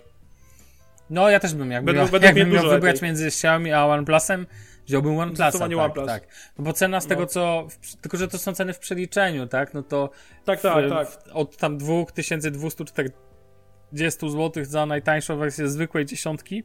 S2: No ja też bym, jakby
S3: Według-
S2: miał,
S3: według
S2: jakbym
S3: mnie
S2: miał
S3: dużo
S2: wybrać
S3: lepiej.
S2: między Xiaomi a OnePlusem, wziąłbym OnePlusa,
S3: Zdecydowanie
S2: tak,
S3: OnePlus.
S2: tak. No bo cena z
S3: No.
S2: tego co, w, tylko że to są ceny w przeliczeniu, tak, no to
S3: Tak, tak,
S2: w,
S3: tak.
S2: W, od tam dwa tysiące dwieście czterdzieści złotych za najtańszą wersję zwykłej dziesiątki,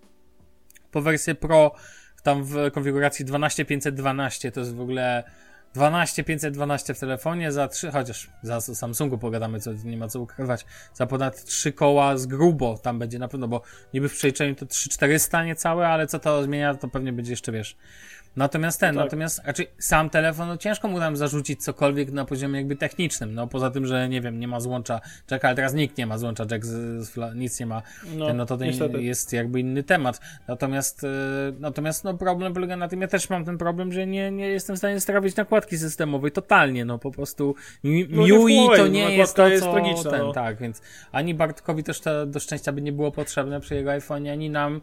S2: po wersję Pro tam w konfiguracji dwanaście tysięcy pięćset dwanaście, to jest w ogóle dwanaście tysięcy pięćset dwanaście w telefonie za trzy, chociaż za Samsungu pogadamy, co nie ma co ukrywać, za ponad trzy koła z grubo tam będzie na pewno, bo niby w przeliczeniu to trzy tysiące czterysta niecałe, ale co to zmienia, to pewnie będzie jeszcze, wiesz. Natomiast ten,
S3: No tak.
S2: natomiast raczej sam telefon, no ciężko mu tam zarzucić cokolwiek na poziomie jakby technicznym, no poza tym, że nie wiem, nie ma złącza jacka, ale teraz nikt nie ma złącza jack, z, z, fla- nic nie ma,
S3: No,
S2: ten, no to ten
S3: niestety.
S2: jest jakby inny temat. Natomiast, e, natomiast no problem polega na tym, ja też mam ten problem, że nie, nie jestem w stanie strawić nakładki systemowej totalnie, no po prostu Mi-
S3: No nie w
S2: MIUI to
S3: Huawei,
S2: nie
S3: no,
S2: jest
S3: nakładka
S2: to,
S3: jest
S2: co
S3: tragiczna,
S2: ten,
S3: no.
S2: tak, więc ani Bartkowi też to do szczęścia by nie było potrzebne przy jego iPhone'ie, ani nam,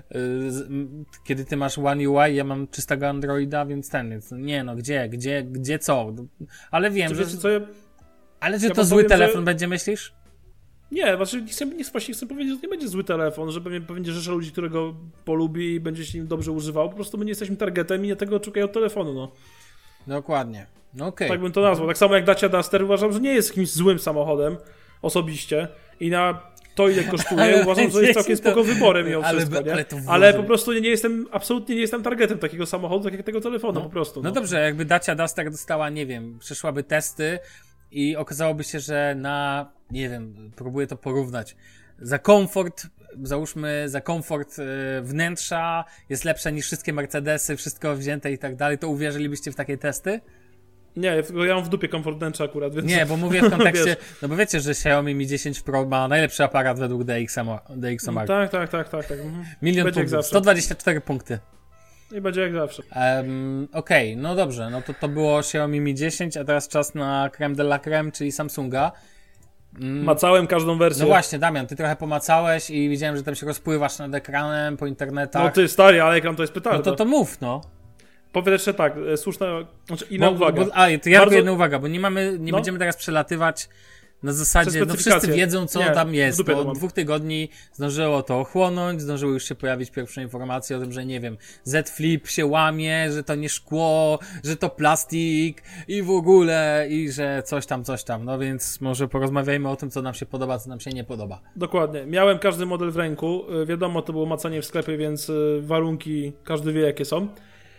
S2: y, z, m, kiedy ty masz One U I, ja mam czystego Androida, więc ten, więc nie no, gdzie, gdzie, gdzie co? Ale wiem,
S3: Czy
S2: że...
S3: wiecie co, ja...
S2: Ale że
S3: ja
S2: to
S3: wam
S2: zły
S3: powiem,
S2: telefon
S3: że-
S2: będzie, myślisz?
S3: Nie, znaczy nie chcę, nie, właśnie chcę powiedzieć, że to nie będzie zły telefon, że pewnie będzie rzesza ludzi, którego polubi i będzie się nim dobrze używał. Po prostu my nie jesteśmy targetem i nie tego oczekują od telefonu, no.
S2: Dokładnie. No okej.
S3: Tak bym to nazwał. Tak samo jak Dacia Duster uważam, że nie jest jakimś złym samochodem osobiście i na to, ile kosztuje,
S2: Ale
S3: uważam, że jest całkiem
S2: to-
S3: spoko wyborem mimo
S2: ale-
S3: wszystko, nie?
S2: ale to
S3: Ale
S2: włoży-
S3: po prostu nie jestem, absolutnie nie jestem targetem takiego samochodu, tak jak tego telefonu, po prostu.
S2: No,
S3: No,
S2: dobrze, jakby Dacia Duster dostała, nie wiem, przeszłaby testy i okazałoby się, że na, nie wiem, próbuję to porównać, za komfort, załóżmy, za komfort y, wnętrza jest lepsze niż wszystkie Mercedesy, wszystko wzięte i tak dalej, to uwierzylibyście w takie testy?
S3: Nie, tylko ja mam w dupie komfort wnętrza akurat, więc...
S2: Nie, bo mówię w kontekście,
S3: Wiesz.
S2: no bo wiecie, że Xiaomi Mi dziesięć Pro ma najlepszy aparat według D X O, D X O Mark.
S3: Tak, tak, tak, tak. tak. Mhm.
S2: Milion
S3: będzie jak
S2: punktów,
S3: zawsze.
S2: sto dwadzieścia cztery punkty.
S3: I będzie jak zawsze.
S2: Um, Okej, okay, no dobrze, no to to było Xiaomi Mi dziesięć, a teraz czas na creme de la creme, czyli Samsunga. Mm,
S3: Macałem każdą wersję.
S2: No właśnie, Damian, ty trochę pomacałeś i widziałem, że tam się rozpływasz nad ekranem, po internetach.
S3: No ty stary, ale ekran to jest
S2: No
S3: petarda.
S2: to to mów, no.
S3: powiem jeszcze tak, słuszna, znaczy inna
S2: bo,
S3: uwaga.
S2: Bo, a, to ja
S3: Bardzo...
S2: tylko jedna uwaga, bo nie mamy, nie
S3: no.
S2: będziemy teraz przelatywać na zasadzie, no wszyscy wiedzą, co
S3: nie,
S2: tam jest, bo
S3: od
S2: dwóch tygodni zdążyło to ochłonąć, zdążyły już się pojawić pierwsze informacje o tym, że nie wiem, Z Flip się łamie, że to nie szkło, że to plastik i w ogóle, i że coś tam, coś tam, no więc może porozmawiajmy o tym, co nam się podoba, co nam się nie podoba.
S3: Dokładnie, miałem każdy model w ręku, wiadomo, to było macanie w sklepie, więc warunki każdy wie, jakie są,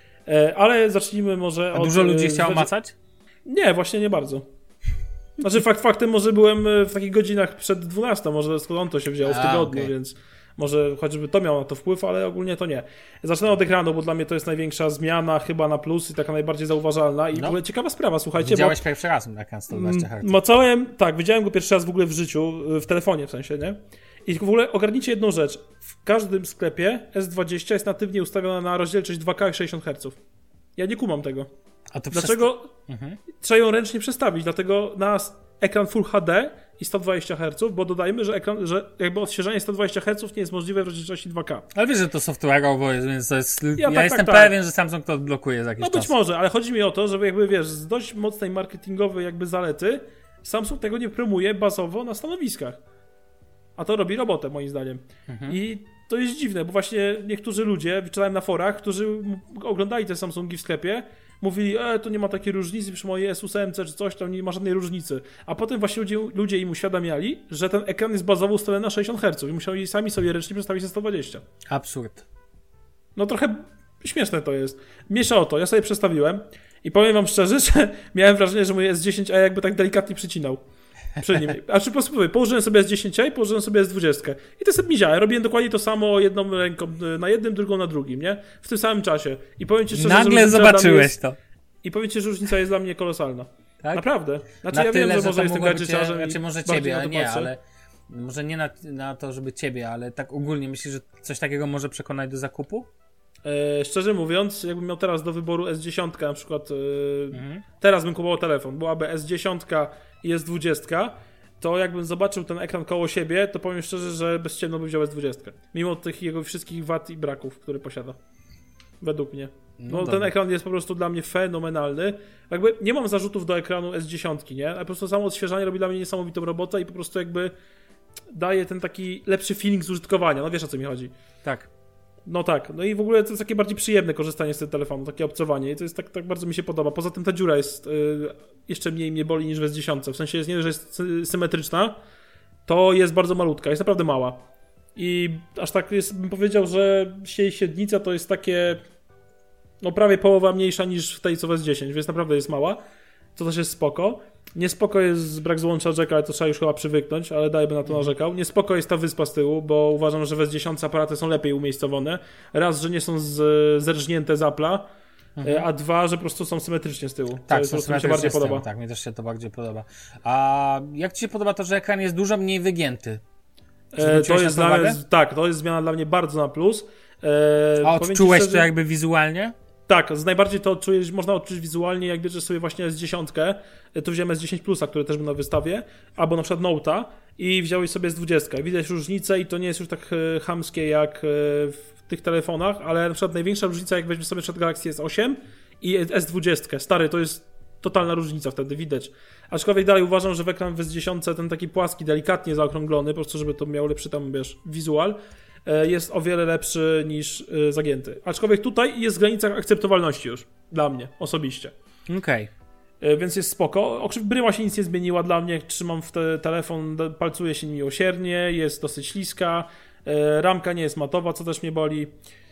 S3: ale zacznijmy może
S2: A
S3: od...
S2: dużo ludzi chciało macać?
S3: Nie, właśnie nie bardzo. Znaczy fakt faktem, może byłem w takich godzinach przed dwunastą, może skąd to się wzięło w
S2: A,
S3: tygodniu,
S2: okay.
S3: więc może choćby to miało na to wpływ, ale ogólnie to nie. Zacznę od ekranu, bo dla mnie to jest największa zmiana, chyba na plus i taka najbardziej zauważalna. I no. w ogóle ciekawa sprawa, słuchajcie.
S2: Widziałeś
S3: bo...
S2: pierwszy raz ekran sto dwadzieścia herców.
S3: Macałem, tak, widziałem go pierwszy raz w ogóle w życiu, w telefonie w sensie, nie? I w ogóle ogarnijcie jedną rzecz. W każdym sklepie S dwadzieścia jest natywnie ustawiona na rozdzielczość dwa K i sześćdziesiąt herców. Ja nie kumam tego.
S2: A to
S3: Dlaczego
S2: przesta- mhm.
S3: trzeba ją ręcznie przestawić? Dlatego na ekran Full H D i sto dwadzieścia herców, bo dodajmy, że ekran, że jakby odświeżanie sto dwadzieścia herców nie jest możliwe w rozdzielczości dwa K.
S2: Ale wiesz, że to software'owo jest, więc to jest... Ja, ja
S3: tak,
S2: jestem
S3: tak, tak.
S2: pewien, że Samsung to odblokuje za jakiś
S3: No
S2: czas.
S3: być może, ale chodzi mi o to, że jakby wiesz, z dość mocnej marketingowej jakby zalety Samsung tego nie promuje bazowo na stanowiskach. A to robi robotę moim zdaniem. Mhm. I to jest dziwne, bo właśnie niektórzy ludzie, czytałem na forach, którzy oglądali te Samsungi w sklepie, mówili, e, to nie ma takiej różnicy przy mojej S ósem czy coś, tam nie ma żadnej różnicy. A potem właśnie ludzie, ludzie im uświadamiali, że ten ekran jest bazowo ustawiony na sześćdziesiąt herców i musieli sami sobie ręcznie przestawić na sto dwadzieścia.
S2: Absurd.
S3: No trochę śmieszne to jest. Mniejsza o to, ja sobie przestawiłem i powiem wam szczerze, że miałem wrażenie, że mój S dziesięć A jakby tak delikatnie przycinał. Przy nim. A czy po prostu położyłem sobie S dziesięć A i położyłem sobie S dwadzieścia. I to sobie miziałem. Robiłem dokładnie to samo jedną ręką na jednym, drugą na drugim, nie? W tym samym czasie. I powiem ci szczerze,
S2: nagle
S3: że
S2: zobaczyłeś jest...
S3: to. I powiem ci, że różnica jest dla mnie kolosalna.
S2: Tak?
S3: Naprawdę. Znaczy
S2: na
S3: ja
S2: tyle,
S3: wiem, że może jestem
S2: gadżeciarzem. Znaczy może ciebie, ale nie,
S3: patrzę.
S2: ale może nie na, na to, żeby ciebie, ale tak ogólnie myślisz, że coś takiego może przekonać do zakupu?
S3: E, szczerze mówiąc, jakbym miał teraz do wyboru S dziesięć na przykład, e, mhm. teraz bym kupował telefon, byłaby S dziesięć i S dwadzieścia, to jakbym zobaczył ten ekran koło siebie, to powiem szczerze, że bezciemno bym wziął S dwadzieścia. Mimo tych jego wszystkich wad i braków, które posiada. Według mnie. No, no ten ekran jest po prostu dla mnie fenomenalny. Jakby nie mam zarzutów do ekranu S dziesięć, nie? Ale po prostu samo odświeżanie robi dla mnie niesamowitą robotę i po prostu jakby daje ten taki lepszy feeling z użytkowania. No wiesz, o co mi chodzi.
S2: Tak.
S3: No tak, no i w ogóle to jest takie bardziej przyjemne korzystanie z tego telefonu, takie obcowanie i to jest tak, tak bardzo mi się podoba. Poza tym ta dziura jest yy, jeszcze mniej mnie boli niż w S dziesięć, w sensie jest nie, że jest sy- symetryczna, to jest bardzo malutka, jest naprawdę mała. I aż tak jest, bym powiedział, że jej średnica to jest takie, no prawie połowa mniejsza niż w tej co w S dziesięć, więc naprawdę jest mała. To też jest spoko. Niespoko jest brak złącza jacka, ale to trzeba już chyba przywyknąć, ale dajmy na to narzekał. Niespoko jest ta wyspa z tyłu, bo uważam, że w S dziesięć aparaty są lepiej umiejscowione. Raz, że nie są z, zerżnięte z Apple'a, mhm. a dwa, że po prostu są symetrycznie z tyłu.
S2: Tak,
S3: to
S2: są
S3: mi się bardziej podoba.
S2: Tak, mi też się to bardziej podoba. A jak ci się podoba to, że ekran jest dużo mniej wygięty?
S3: E, to jest dla mnie, tak, to jest zmiana dla mnie bardzo na plus.
S2: E, a odczułeś szczerze, to jakby wizualnie?
S3: Tak, z najbardziej to odczujesz, można odczuć wizualnie, jak bierzesz sobie właśnie S dziesięć, tu wziąłem S dziesięć Plusa, który też był na wystawie, albo na przykład Note'a i wziąłeś sobie S dwadzieścia. Widać różnicę i to nie jest już tak chamskie jak w tych telefonach, ale na przykład największa różnica, jak weźmiesz sobie przed Galaxy S osiem i S dwadzieścia. Stary, to jest totalna różnica wtedy, widać. Aczkolwiek dalej uważam, że w ekran w S dziesięć ten taki płaski, delikatnie zaokrąglony, po prostu żeby to miał lepszy tam, wiesz, wizual, jest o wiele lepszy niż zagięty. Aczkolwiek tutaj jest w granicach akceptowalności już, dla mnie, osobiście.
S2: Okej.
S3: Okay. Więc jest spoko. Bryła się nic nie zmieniła dla mnie, trzymam w te telefon, palcuję się miłosiernie, jest dosyć śliska, ramka nie jest matowa, co też mnie boli.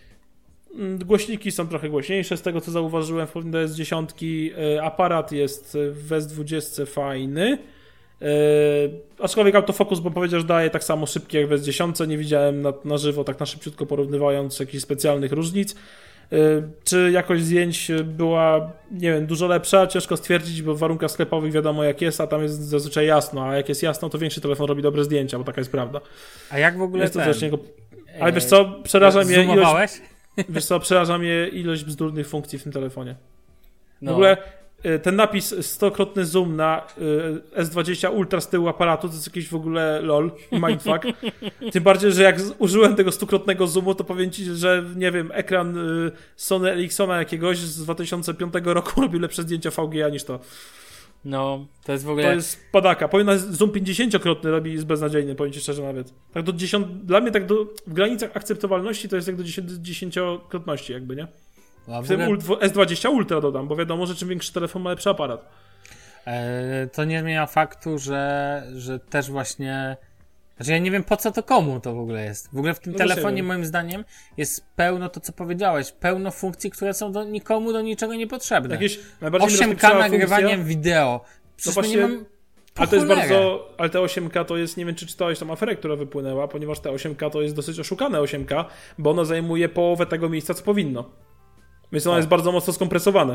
S3: Głośniki są trochę głośniejsze, z tego co zauważyłem w porównaniu do S dziesięć. Aparat jest w S dwadzieścia fajny. Yy, aczkolwiek autofokus, bo powiedział, że daje tak samo szybki jak w S dziesięć, nie widziałem na, na żywo, tak na szybciutko porównywając jakichś specjalnych różnic. Yy, czy jakość zdjęć była, nie wiem, dużo lepsza? Ciężko stwierdzić, bo w warunkach sklepowych wiadomo jak jest, a tam jest zazwyczaj jasno, a jak jest jasno, to większy telefon robi dobre zdjęcia, bo taka jest prawda.
S2: A jak w ogóle
S3: jest to
S2: ten...
S3: niego... Ale wiesz co, przeraża mnie
S2: ilość...
S3: Wiesz co, przeraża mnie ilość bzdurnych funkcji w tym telefonie. W
S2: no.
S3: ogóle ten napis stokrotny zoom na S dwadzieścia Ultra z tyłu aparatu to jest jakiś w ogóle lol, mindfuck. Tym bardziej, że jak użyłem tego stukrotnego zoomu, to powiem ci, że nie wiem, ekran Sony Ericssona jakiegoś z dwa tysiące piątego roku robił lepsze zdjęcia V G A niż to.
S2: No, to jest w ogóle...
S3: To jest padaka. Powiem, na zoom pięćdziesięciokrotny robi jest beznadziejny, powiem ci szczerze nawet. Tak do dziesięć... Dla mnie tak do... w granicach akceptowalności to jest jak do dziesięciokrotności jakby, nie?
S2: A w
S3: w tym
S2: ogóle...
S3: S dwadzieścia Ultra dodam, bo wiadomo, że czym większy telefon ma lepszy aparat.
S2: E, to nie zmienia faktu, że, że też właśnie... Znaczy ja nie wiem po co to komu to w ogóle jest. W ogóle w tym
S3: No
S2: telefonie moim zdaniem jest pełno to co powiedziałeś, pełno funkcji, które są do nikomu do niczego niepotrzebne.
S3: Jakieś najbardziej
S2: osiem K nagrywaniem funkcja? Wideo. Przecież no właśnie, nie mam
S3: ale to jest bardzo, ale te osiem K to jest, nie wiem czy czytałeś tam aferę, która wypłynęła, ponieważ te osiem K to jest dosyć oszukane osiem K, bo ono zajmuje połowę tego miejsca co powinno. Więc ono
S2: tak.
S3: jest bardzo mocno skompresowane.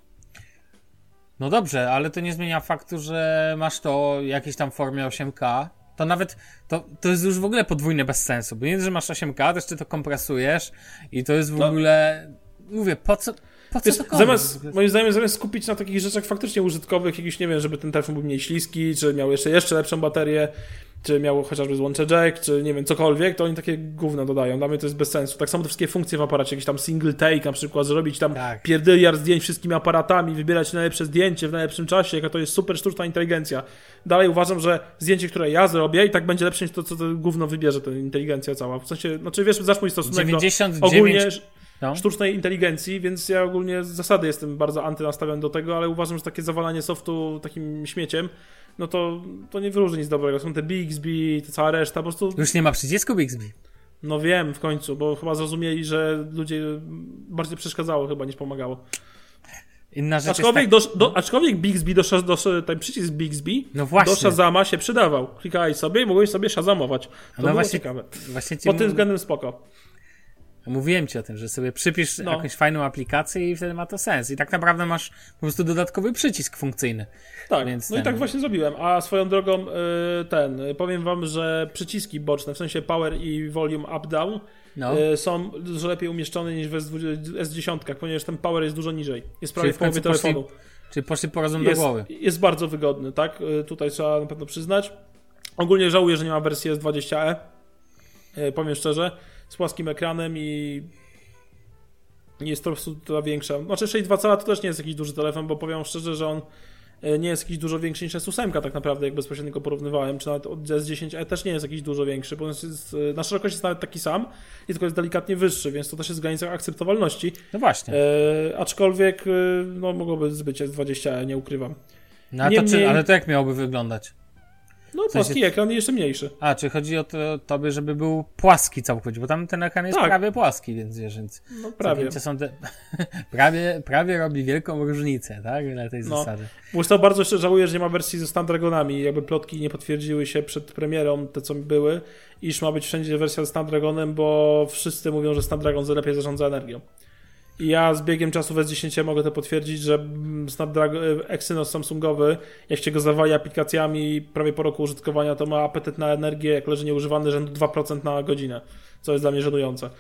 S2: No dobrze, ale to nie zmienia faktu, że masz to w jakiejś tam formie osiem K. To nawet, to, to jest już w ogóle podwójne bez sensu, bo nie, że masz osiem K, to jeszcze to kompresujesz i to jest w no. ogóle, mówię, po co, po co
S3: Wiesz,
S2: to komuś?
S3: Zamiast, moim zdaniem, zamiast skupić na takich rzeczach faktycznie użytkowych, jakiś, nie wiem, żeby ten telefon był mniej śliski, czy miał jeszcze, jeszcze lepszą baterię, czy miał chociażby złącze jack, czy nie wiem, cokolwiek, to oni takie gówno dodają. Dla mnie to jest bez sensu. Tak samo te wszystkie funkcje w aparacie, jakiś tam single take na przykład, zrobić tam
S2: tak.
S3: pierdyliard zdjęć wszystkimi aparatami, wybierać najlepsze zdjęcie w najlepszym czasie, jaka to jest super sztuczna inteligencja. Dalej uważam, że zdjęcie, które ja zrobię i tak będzie lepsze niż to, co to gówno wybierze, ta inteligencja cała. W sensie, znaczy wiesz, znasz mój stosunek
S2: dziewięćdziesiąt dziewięć...
S3: do ogólnie
S2: no.
S3: sztucznej inteligencji, więc ja ogólnie z zasady jestem bardzo antynastawiony do tego, ale uważam, że takie zawalanie softu takim śmieciem, no to, to nie wyróżni nic dobrego. Są te Bixby, ta cała reszta, po prostu...
S2: Już nie ma przycisku Bixby.
S3: No wiem, w końcu, bo chyba zrozumieli, że ludzie bardziej przeszkadzało chyba niż pomagało.
S2: Inna rzecz
S3: aczkolwiek,
S2: jest tak...
S3: do, do, aczkolwiek Bixby, do, do, ten przycisk Bixby
S2: no właśnie.
S3: do Shazama się przydawał. Klikałeś sobie i mogłeś sobie Shazamować. To
S2: no
S3: było
S2: właśnie,
S3: ciekawe.
S2: Właśnie
S3: Pod tym względem spoko.
S2: Mówiłem ci o tym, że sobie przypisz
S3: no.
S2: jakąś fajną aplikację i wtedy ma to sens. I tak naprawdę masz po prostu dodatkowy przycisk funkcyjny.
S3: Tak,
S2: Więc
S3: no
S2: ten...
S3: i tak właśnie zrobiłem. A swoją drogą ten, powiem wam, że przyciski boczne, w sensie power i volume up-down no. są dużo lepiej umieszczone niż w S dziesięć, ponieważ ten power jest dużo niżej. Jest prawie w połowie telefonu.
S2: Poszli, czyli poszli po rozum
S3: jest,
S2: do głowy.
S3: Jest bardzo wygodny, tak? Tutaj trzeba na pewno przyznać. Ogólnie żałuję, że nie ma wersji S dwadzieścia e. Powiem szczerze. Z płaskim ekranem i jest to po prostu ta większa. Znaczy sześć przecinek dwa cala to też nie jest jakiś duży telefon, bo powiem szczerze, że on nie jest jakiś dużo większy niż S osiem tak naprawdę, jak bezpośrednio go porównywałem, czy nawet od S dziesięć e też nie jest jakiś dużo większy, bo jest, na szerokość jest nawet taki sam i tylko jest delikatnie wyższy, więc to też jest w granicach akceptowalności.
S2: No właśnie.
S3: E, aczkolwiek no mogłoby być S dwadzieścia e, nie ukrywam.
S2: No a to czy, ale to jak miałoby wyglądać?
S3: No w płaski sensie... ekran i jeszcze mniejszy.
S2: A, czy chodzi o to, tobie, żeby był płaski całkowicie, bo tam ten ekran jest tak. prawie płaski, więc wiesz, więc
S3: no prawie.
S2: Są te... prawie, prawie robi wielką różnicę, tak, na tej no. zasadzie.
S3: Bo to bardzo jeszcze żałuję, że nie ma wersji ze Snapdragonami, jakby plotki nie potwierdziły się przed premierą, te co były, iż ma być wszędzie wersja ze Snapdragonem, bo wszyscy mówią, że Snapdragon lepiej zarządza energią. I ja z biegiem czasu w S dziesięć mogę to potwierdzić, że Snapdragon, Exynos Samsungowy, jak się go zawali aplikacjami prawie po roku użytkowania, to ma apetyt na energię, jak leży nieużywany, rzędu dwa procent na godzinę, co jest dla mnie żenujące.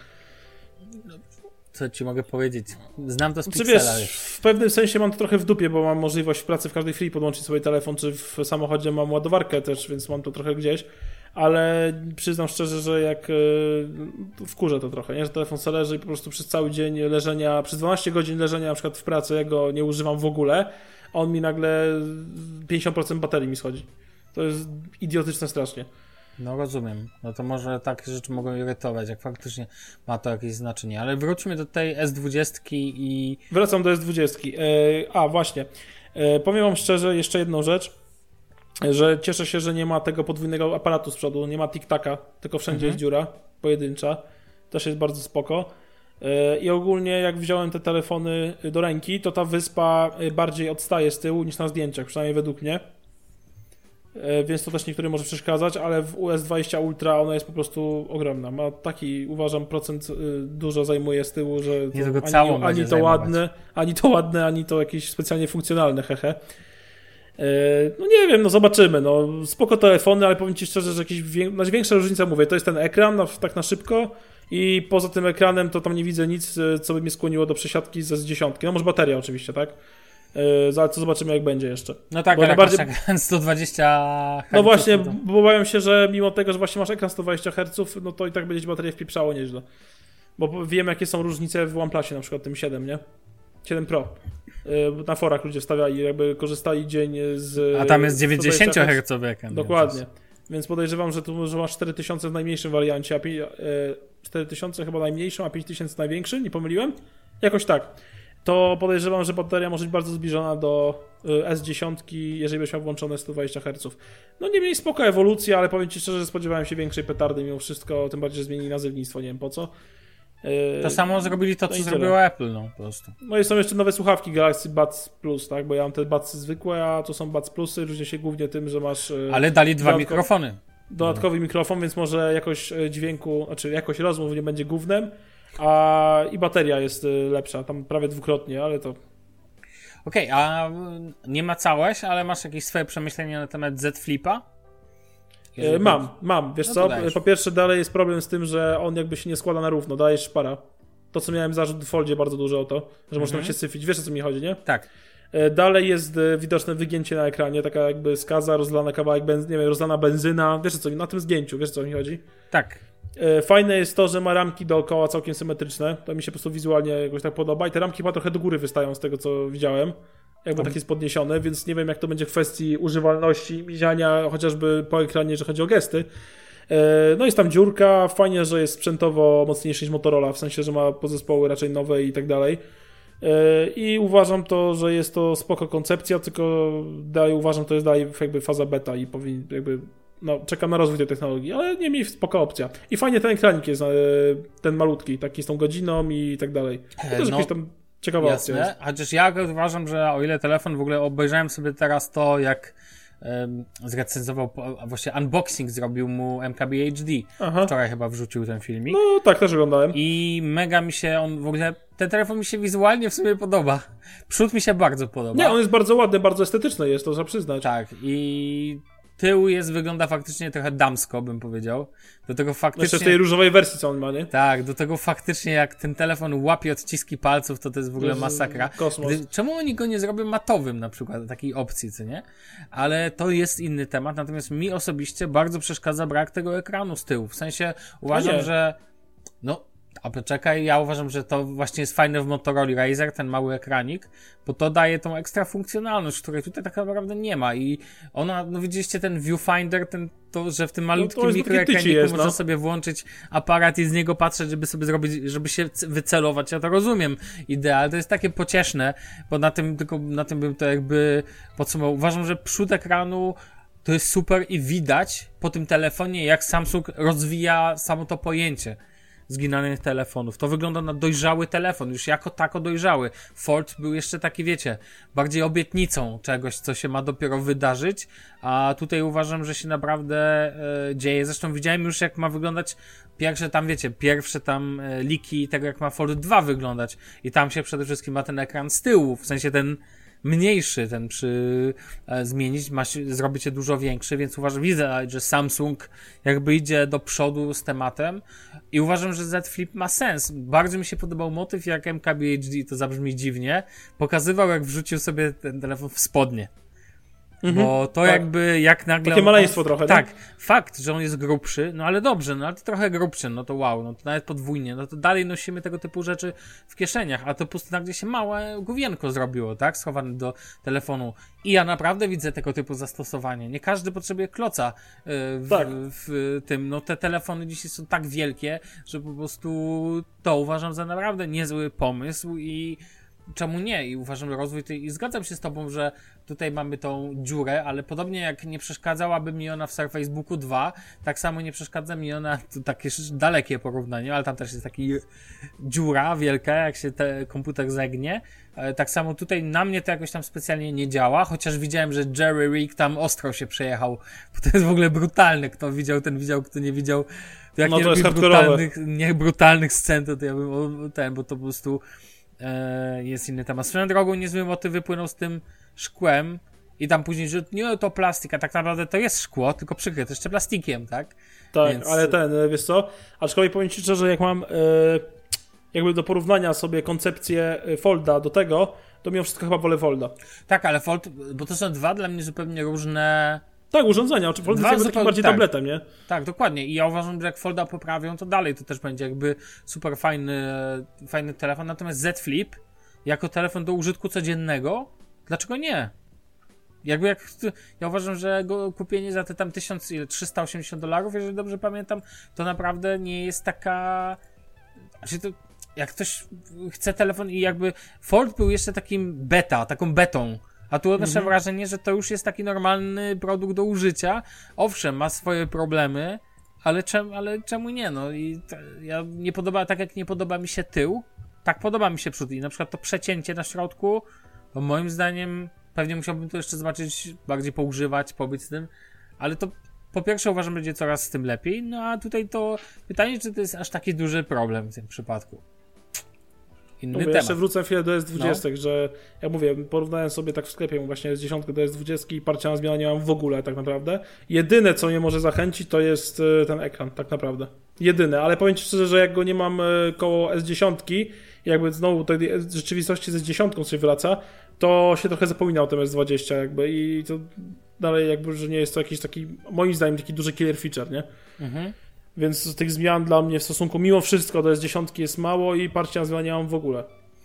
S2: Co ci mogę powiedzieć? Znam to z
S3: czy
S2: Pixela.
S3: Wiesz, w pewnym sensie mam to trochę w dupie, bo mam możliwość w pracy w każdej chwili podłączyć sobie telefon, czy w samochodzie mam ładowarkę też, więc mam to trochę gdzieś. Ale przyznam szczerze, że jak wkurzę to trochę, nie? Że telefon se leży i po prostu przez cały dzień leżenia, przez dwanaście godzin leżenia na przykład w pracy, ja go nie używam w ogóle, a on mi nagle pięćdziesiąt procent baterii mi schodzi. To jest idiotyczne strasznie.
S2: No rozumiem. No to może takie rzeczy mogą irytować, jak faktycznie ma to jakieś znaczenie. Ale wróćmy do tej S dwadzieścia i...
S3: Wracam do S dwadzieścia. A właśnie. Powiem wam szczerze jeszcze jedną rzecz. Że cieszę się, że nie ma tego podwójnego aparatu z przodu, nie ma tik-taka, tylko wszędzie mhm. jest dziura pojedyncza. Też jest bardzo spoko. I ogólnie jak wziąłem te telefony do ręki, to ta wyspa bardziej odstaje z tyłu niż na zdjęciach, przynajmniej według mnie. Więc to też niektórym może przeszkadzać, ale w U S dwadzieścia Ultra ona jest po prostu ogromna. Ma taki, uważam, procent dużo zajmuje z tyłu, że
S2: nie
S3: to
S2: tylko
S3: ani,
S2: całą
S3: ani to ładne, ani to ładne, ani to jakieś specjalnie funkcjonalne, hehe. No nie wiem, no zobaczymy, no spoko telefony, ale powiem ci szczerze, że jakieś wię... największa różnica, mówię, to jest ten ekran, no, tak na szybko i poza tym ekranem to tam nie widzę nic, co by mnie skłoniło do przesiadki ze S dziesięć, no może bateria oczywiście, tak? Yy, ale to zobaczymy, jak będzie jeszcze.
S2: No tak,
S3: bo
S2: ale
S3: najbardziej...
S2: ekran sto dwadzieścia herców.
S3: No właśnie,
S2: to...
S3: bo obawiam się, że mimo tego, że właśnie masz ekran sto dwadzieścia herców, no to i tak będzie ci baterię wpieprzało nieźle. Bo wiem, jakie są różnice w OnePlusie, na przykład tym siedem, nie? siedem Pro. Yy, na forach ludzie wstawiali, jakby korzystali dzień z...
S2: A tam jest dziewięćdziesiąt herców ekran.
S3: Dokładnie. Więc podejrzewam, że tu że masz cztery tysiące w najmniejszym wariancie, a pi- cztery tysiące chyba najmniejszym, a pięć tysięcy największym, nie pomyliłem? Jakoś tak. To podejrzewam, że bateria może być bardzo zbliżona do S dziesięć, jeżeli byś miał włączone sto dwadzieścia herców. No nie mniej spoko ewolucja, ale powiem ci szczerze, że spodziewałem się większej petardy mimo wszystko, tym bardziej, że zmienili nazewnictwo, nie wiem po co.
S2: To samo zrobili to, co
S3: no
S2: zrobiło Apple, no po prostu.
S3: No i są jeszcze nowe słuchawki Galaxy Buds Plus, tak? Bo ja mam te Buds zwykłe, a to są Buds Plusy, różnią się głównie tym, że masz...
S2: Ale dali dwa
S3: dodatko...
S2: mikrofony.
S3: Dodatkowy no. mikrofon, więc może jakość dźwięku, znaczy jakość rozmów nie będzie gównem, a i bateria jest lepsza, tam prawie dwukrotnie, ale to...
S2: Okej, okay, a nie macałeś, ale masz jakieś swoje przemyślenia na temat Z Flipa?
S3: Jeżeli mam, to... mam. Wiesz no co, dajesz. Po pierwsze dalej jest problem z tym, że on jakby się nie składa na równo, dajesz szpara. To, co miałem zarzut w Foldzie bardzo dużo o to, że mhm. można się syfić. Wiesz, o co mi chodzi, nie?
S2: Tak.
S3: Dalej jest widoczne wygięcie na ekranie, taka jakby skaza, rozlana kawałek benzyny, nie wiem, rozlana benzyna. Wiesz, o co mi na tym zdjęciu, wiesz, o co mi chodzi?
S2: Tak.
S3: Fajne jest to, że ma ramki dookoła całkiem symetryczne. To mi się po prostu wizualnie jakoś tak podoba. I te ramki chyba trochę do góry wystają z tego, co widziałem. Jakby tak jest podniesione, więc nie wiem, jak to będzie w kwestii używalności, miziania, chociażby po ekranie, jeżeli chodzi o gesty. No jest tam dziurka, fajnie, że jest sprzętowo mocniejszy niż Motorola, w sensie, że ma podzespoły raczej nowe i tak dalej. I uważam to, że jest to spoko koncepcja, tylko dalej uważam, to jest dalej jakby faza beta i powinien jakby, no czekam na rozwój tej technologii, ale nie mniej spoko opcja. I fajnie ten ekranik jest, ten malutki, taki z tą godziną i tak dalej. To też
S2: no.
S3: jakieś tam ciekawa
S2: Jasne,
S3: opcja jest.
S2: chociaż ja uważam, że o ile telefon, w ogóle obejrzałem sobie teraz to, jak um, zrecenzował, a właściwie unboxing zrobił mu M K B H D. Aha. Wczoraj chyba wrzucił ten filmik.
S3: No tak, też oglądałem.
S2: I mega mi się on w ogóle, ten telefon mi się wizualnie w sumie podoba. Przód mi się bardzo podoba.
S3: Nie, on jest bardzo ładny, bardzo estetyczny jest, to trzeba przyznać.
S2: Tak, i tył jest, wygląda faktycznie trochę damsko, bym powiedział. Do tego faktycznie...
S3: Jeszcze w tej różowej wersji, co on ma, nie?
S2: Tak, do tego faktycznie jak ten telefon łapie odciski palców, to to jest w ogóle masakra.
S3: Kosmos.
S2: Gdy, czemu oni go nie zrobią matowym na przykład, takiej opcji, co nie? Ale to jest inny temat, natomiast mi osobiście bardzo przeszkadza brak tego ekranu z tyłu. W sensie uważam, że no a poczekaj, ja uważam, że to właśnie jest fajne w Motorola Razr, ten mały ekranik, bo to daje tą ekstra funkcjonalność, której tutaj tak naprawdę nie ma i ona, no widzieliście ten viewfinder, ten, to, że w tym malutkim no mikroekraniku jest, można no. sobie włączyć aparat i z niego patrzeć, żeby sobie zrobić, żeby się wycelować, ja to rozumiem, ideal, to jest takie pocieszne, bo na tym tylko, na tym bym to jakby podsumował. Uważam, że przód ekranu to jest super i widać po tym telefonie, jak Samsung rozwija samo to pojęcie zginanych telefonów. To wygląda na dojrzały telefon, już jako tako dojrzały. Fold był jeszcze taki, wiecie, bardziej obietnicą czegoś, co się ma dopiero wydarzyć, a tutaj uważam, że się naprawdę e, dzieje. Zresztą widziałem już, jak ma wyglądać pierwsze tam, wiecie, pierwsze tam e, liki tego, jak ma Fold dwa wyglądać i tam się przede wszystkim ma ten ekran z tyłu, w sensie ten mniejszy, ten przy e, zmienić, ma się, zrobić się dużo większy, więc uważam, widzę, że Samsung jakby idzie do przodu z tematem i uważam, że Z Flip ma sens. Bardzo mi się podobał motyw, jak M K B H D, to zabrzmi dziwnie, pokazywał, jak wrzucił sobie ten telefon w spodnie. Mhm, bo to tak. jakby jak nagle...
S3: Takie maleństwo on, trochę,
S2: tak?
S3: Tak,
S2: fakt, że on jest grubszy, no ale dobrze, no ale to trochę grubszy, no to wow, no to nawet podwójnie, no to dalej nosimy tego typu rzeczy w kieszeniach, a to po prostu nagle się małe główienko zrobiło, tak? Schowane do telefonu. I ja naprawdę widzę tego typu zastosowanie. Nie każdy potrzebuje kloca yy, w,
S3: tak.
S2: w, w tym, no te telefony dzisiaj są tak wielkie, że po prostu to uważam za naprawdę niezły pomysł i czemu nie? I uważam, że rozwój tej... I zgadzam się z tobą, że tutaj mamy tą dziurę, ale podobnie jak nie przeszkadzałaby mi ona w Surface Booku dwa, tak samo nie przeszkadza mi ona, to takie dalekie porównanie, ale tam też jest taki dziura wielka, jak się te komputer zegnie. Tak samo tutaj na mnie to jakoś tam specjalnie nie działa, chociaż widziałem, że Jerry Rig tam ostro się przejechał, bo to jest w ogóle brutalne. Kto widział, ten widział, kto nie widział. To jak
S3: no
S2: nie
S3: to
S2: robi
S3: jest
S2: brutalnych, nie brutalnych scen, to, to ja bym ten, bo to po prostu jest inny temat. Swoją drogą niezły motyw wypłynął z tym szkłem i tam później, że nie, to plastik, a tak naprawdę to jest szkło, tylko przykryte jeszcze plastikiem, tak?
S3: Tak,
S2: Więc...
S3: ale ten, wiesz co, aczkolwiek powiem ci szczerze, jak mam yy, jakby do porównania sobie koncepcję Folda do tego, to mimo wszystko chyba wolę Folda.
S2: Tak, ale Fold, bo to są dwa dla mnie zupełnie różne...
S3: Tak, urządzenia, czy Fold jest jakby takim bardziej tak. tabletem, nie?
S2: Tak, dokładnie. I ja uważam, że jak Folda poprawią, to dalej to też będzie jakby super fajny, fajny telefon. Natomiast Z Flip, jako telefon do użytku codziennego, dlaczego nie? Jakby jak, ja uważam, że go kupienie za te tam tysiąc trzysta osiemdziesiąt dolarów, jeżeli dobrze pamiętam, to naprawdę nie jest taka... Znaczy to, jak ktoś chce telefon i jakby Fold był jeszcze takim beta, taką betą, a tu odnoszę mhm. wrażenie, że to już jest taki normalny produkt do użycia. Owszem, ma swoje problemy, ale, czem, ale czemu nie? No i to, ja nie podoba, tak jak nie podoba mi się tył, tak podoba mi się przód. I na przykład to przecięcie na środku, to moim zdaniem pewnie musiałbym to jeszcze zobaczyć, bardziej poużywać, pobyć z tym, ale to po pierwsze uważam, będzie coraz z tym lepiej, no a tutaj to pytanie, czy to jest aż taki duży problem w tym przypadku. Inny
S3: no,
S2: temat.
S3: Jeszcze wrócę chwilę do S dwadzieścia,
S2: no.
S3: że jak mówię, porównałem sobie tak w sklepie właśnie S dziesięć do S dwadzieścia i parcia na zmianę nie mam w ogóle tak naprawdę. Jedyne, co mnie może zachęcić, to jest ten ekran, tak naprawdę. Jedyne, ale powiem Ci szczerze, że jak go nie mam koło S dziesięć, jakby znowu tej rzeczywistości z S dziesięć się wraca, to się trochę zapomina o tym S dwadzieścia jakby i to dalej jakby, że nie jest to jakiś taki, moim zdaniem, taki duży killer feature, nie? Mhm. Więc tych zmian dla mnie w stosunku mimo wszystko do S dziesięć jest mało i parcia na zmianę nie mam w ogóle.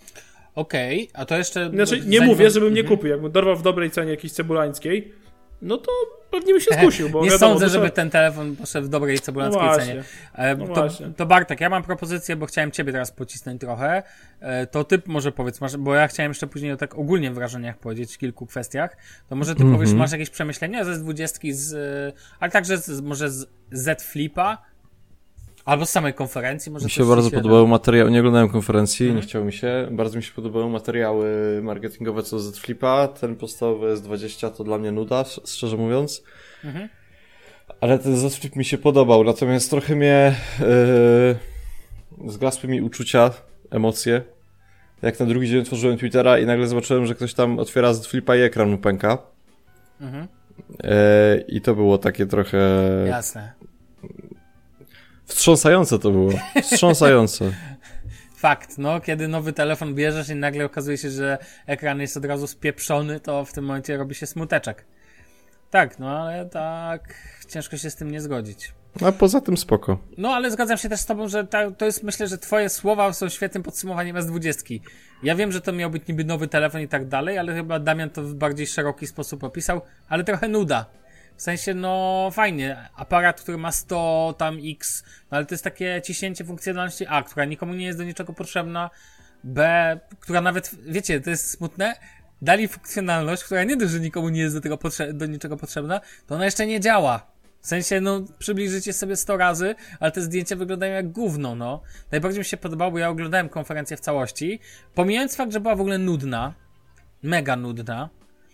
S2: Okej, okay, a to jeszcze...
S3: Znaczy, nie
S2: zanim...
S3: mówię, żebym
S2: mhm.
S3: nie kupił. Jakbym dorwał w dobrej cenie jakiejś cebulańskiej, no to pewnie bym się skusił. Bo
S2: nie
S3: wiadomo,
S2: sądzę,
S3: dużo...
S2: żeby ten telefon poszedł w dobrej cebulańskiej
S3: no
S2: cenie.
S3: No
S2: to, to Bartek, ja mam propozycję, bo chciałem ciebie teraz pocisnąć trochę. To ty może powiedz, masz, bo ja chciałem jeszcze później o tak ogólnie wrażeniach powiedzieć w kilku kwestiach. To może ty mm-hmm. powiesz, masz jakieś przemyślenia ze dwadzieścia, z, ale także z, może z Z Flipa, albo z samej konferencji. Może
S4: mi się bardzo się podobały materiały, nie oglądałem konferencji, mm-hmm. nie chciało mi się. Bardzo mi się podobały materiały marketingowe co Z Flipa. Ten podstawowy S dwadzieścia to dla mnie nuda, szczerze mówiąc. Mm-hmm. Ale ten Z Flip mi się podobał, natomiast trochę mnie yy, zgasły mi uczucia, emocje. Jak na drugi dzień otworzyłem Twittera i nagle zobaczyłem, że ktoś tam otwiera Z Flipa i ekran mu pęka. Mm-hmm. Yy, I to było takie trochę...
S2: Jasne.
S4: Wstrząsające to było. Wstrząsające.
S2: Fakt, no, kiedy nowy telefon bierzesz i nagle okazuje się, że ekran jest od razu spieprzony, to w tym momencie robi się smuteczek. Tak, no ale tak ciężko się z tym nie zgodzić.
S4: A poza tym spoko.
S2: No, ale zgadzam się też z tobą, że ta, to jest, myślę, że twoje słowa są świetnym podsumowaniem S dwadzieścia. Ja wiem, że to miał być niby nowy telefon i tak dalej, ale chyba Damian to w bardziej szeroki sposób opisał, ale trochę nuda. W sensie, no fajnie, aparat, który ma sto tam X, no ale to jest takie ciśnięcie funkcjonalności A, która nikomu nie jest do niczego potrzebna, B, która nawet, wiecie, to jest smutne, dali funkcjonalność, która nie dość, że nikomu nie jest do tego potrze- do niczego potrzebna, to ona jeszcze nie działa. W sensie, no, przybliżycie sobie sto razy, ale te zdjęcia wyglądają jak gówno, no. Najbardziej mi się podobało, bo ja oglądałem konferencję w całości, pomijając fakt, że była w ogóle nudna, mega nudna,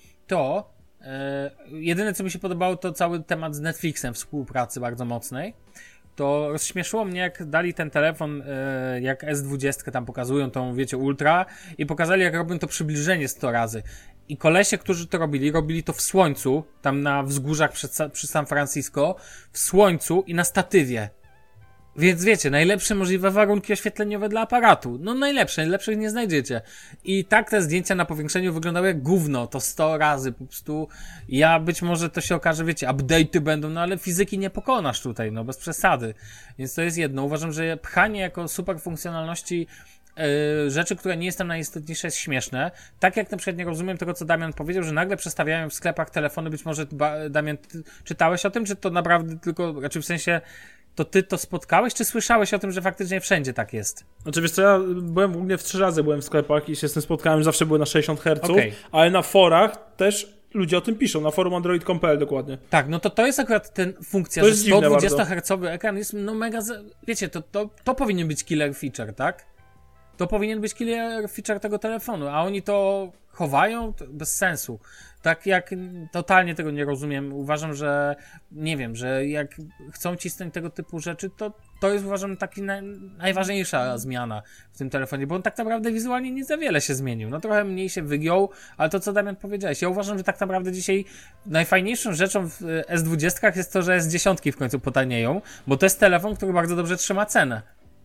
S2: to Yy, jedyne co mi się podobało to cały temat z Netflixem, współpracy bardzo mocnej. To rozśmieszyło mnie, jak dali ten telefon, yy, jak S dwadzieścia tam pokazują tą, wiecie, ultra i pokazali, jak robią to przybliżenie sto razy. I kolesie, którzy to robili, robili to w słońcu, tam na wzgórzach przy, przy San Francisco, w słońcu i na statywie. Więc wiecie, najlepsze możliwe warunki oświetleniowe dla aparatu. No najlepsze, lepszych nie znajdziecie. I tak te zdjęcia na powiększeniu wyglądały jak gówno, to sto razy po prostu. Ja być może to się okaże, wiecie, update'y będą, no ale fizyki nie pokonasz tutaj, no bez przesady. Więc to jest jedno. Uważam, że pchanie jako super funkcjonalności Yy, rzeczy, które nie jest tam najistotniejsze, jest śmieszne. Tak jak na przykład nie rozumiem tego, co Damian powiedział, że nagle przestawiają w sklepach telefony, być może ba- Damian, ty czytałeś o tym, czy to naprawdę tylko, raczej w sensie to ty to spotkałeś, czy słyszałeś o tym, że faktycznie wszędzie tak jest?
S3: Znaczy wiesz co, ja byłem głównie w trzy razy byłem w sklepach i się z tym spotkałem, że zawsze były na sześćdziesiąt herców, okay. Ale na forach też ludzie o tym piszą, na forum android kropka com kropka p l dokładnie.
S2: Tak, no to to jest akurat ten funkcja,
S3: to
S2: że sto dwadzieścia hercowy ekran jest no mega, za... wiecie, to, to, to powinien być killer feature, tak? To powinien być killer feature tego telefonu, a oni to chowają? To bez sensu. Tak jak totalnie tego nie rozumiem. Uważam, że nie wiem, że jak chcą cisnąć tego typu rzeczy, to to jest uważam taki na, najważniejsza zmiana w tym telefonie, bo on tak naprawdę wizualnie nie za wiele się zmienił. No trochę mniej się wygiął, ale to co Damian powiedziałeś, ja uważam, że tak naprawdę dzisiaj najfajniejszą rzeczą w S dwadzieścia jest to, że S dziesięć w końcu potanieją, bo to jest telefon, który bardzo dobrze trzyma cenę.